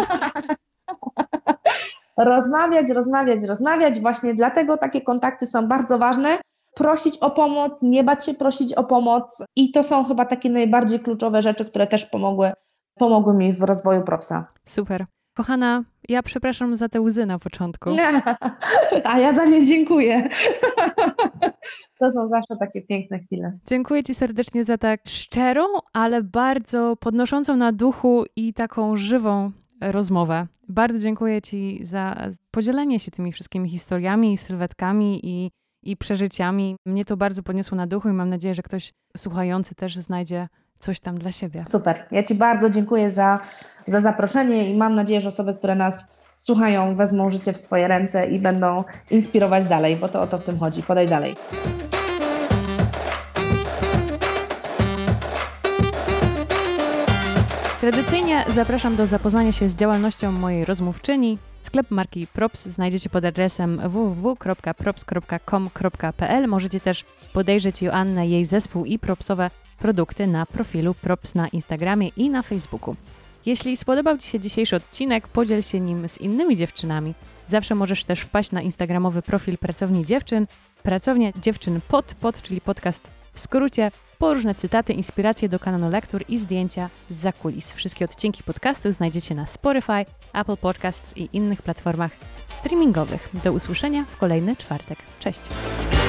Rozmawiać. Właśnie dlatego takie kontakty są bardzo ważne. Prosić o pomoc, nie bać się prosić o pomoc i to są chyba takie najbardziej kluczowe rzeczy, które też pomogły mi w rozwoju propsa. Super. Kochana, ja przepraszam za te łzy na początku. A ja za nie dziękuję. To są zawsze takie piękne chwile. Dziękuję ci serdecznie za tak szczerą, ale bardzo podnoszącą na duchu i taką żywą rozmowę. Bardzo dziękuję Ci za podzielenie się tymi wszystkimi historiami, sylwetkami i przeżyciami. Mnie to bardzo podniosło na duchu i mam nadzieję, że ktoś słuchający też znajdzie coś tam dla siebie. Super. Ja Ci bardzo dziękuję za zaproszenie i mam nadzieję, że osoby, które nas słuchają, wezmą życie w swoje ręce i będą inspirować dalej, bo to o to w tym chodzi. Podaj dalej. Tradycyjnie zapraszam do zapoznania się z działalnością mojej rozmówczyni. Sklep marki Props znajdziecie pod adresem www.props.com.pl. Możecie też podejrzeć Joannę, jej zespół i propsowe produkty na profilu Props na Instagramie i na Facebooku. Jeśli spodobał Ci się dzisiejszy odcinek, podziel się nim z innymi dziewczynami. Zawsze możesz też wpaść na instagramowy profil Pracowni Dziewczyn, Pracownia Dziewczyn pod, czyli podcast w skrócie, po różne cytaty, inspiracje do kanonu lektur i zdjęcia zza kulis. Wszystkie odcinki podcastu znajdziecie na Spotify, Apple Podcasts i innych platformach streamingowych. Do usłyszenia w kolejny czwartek. Cześć!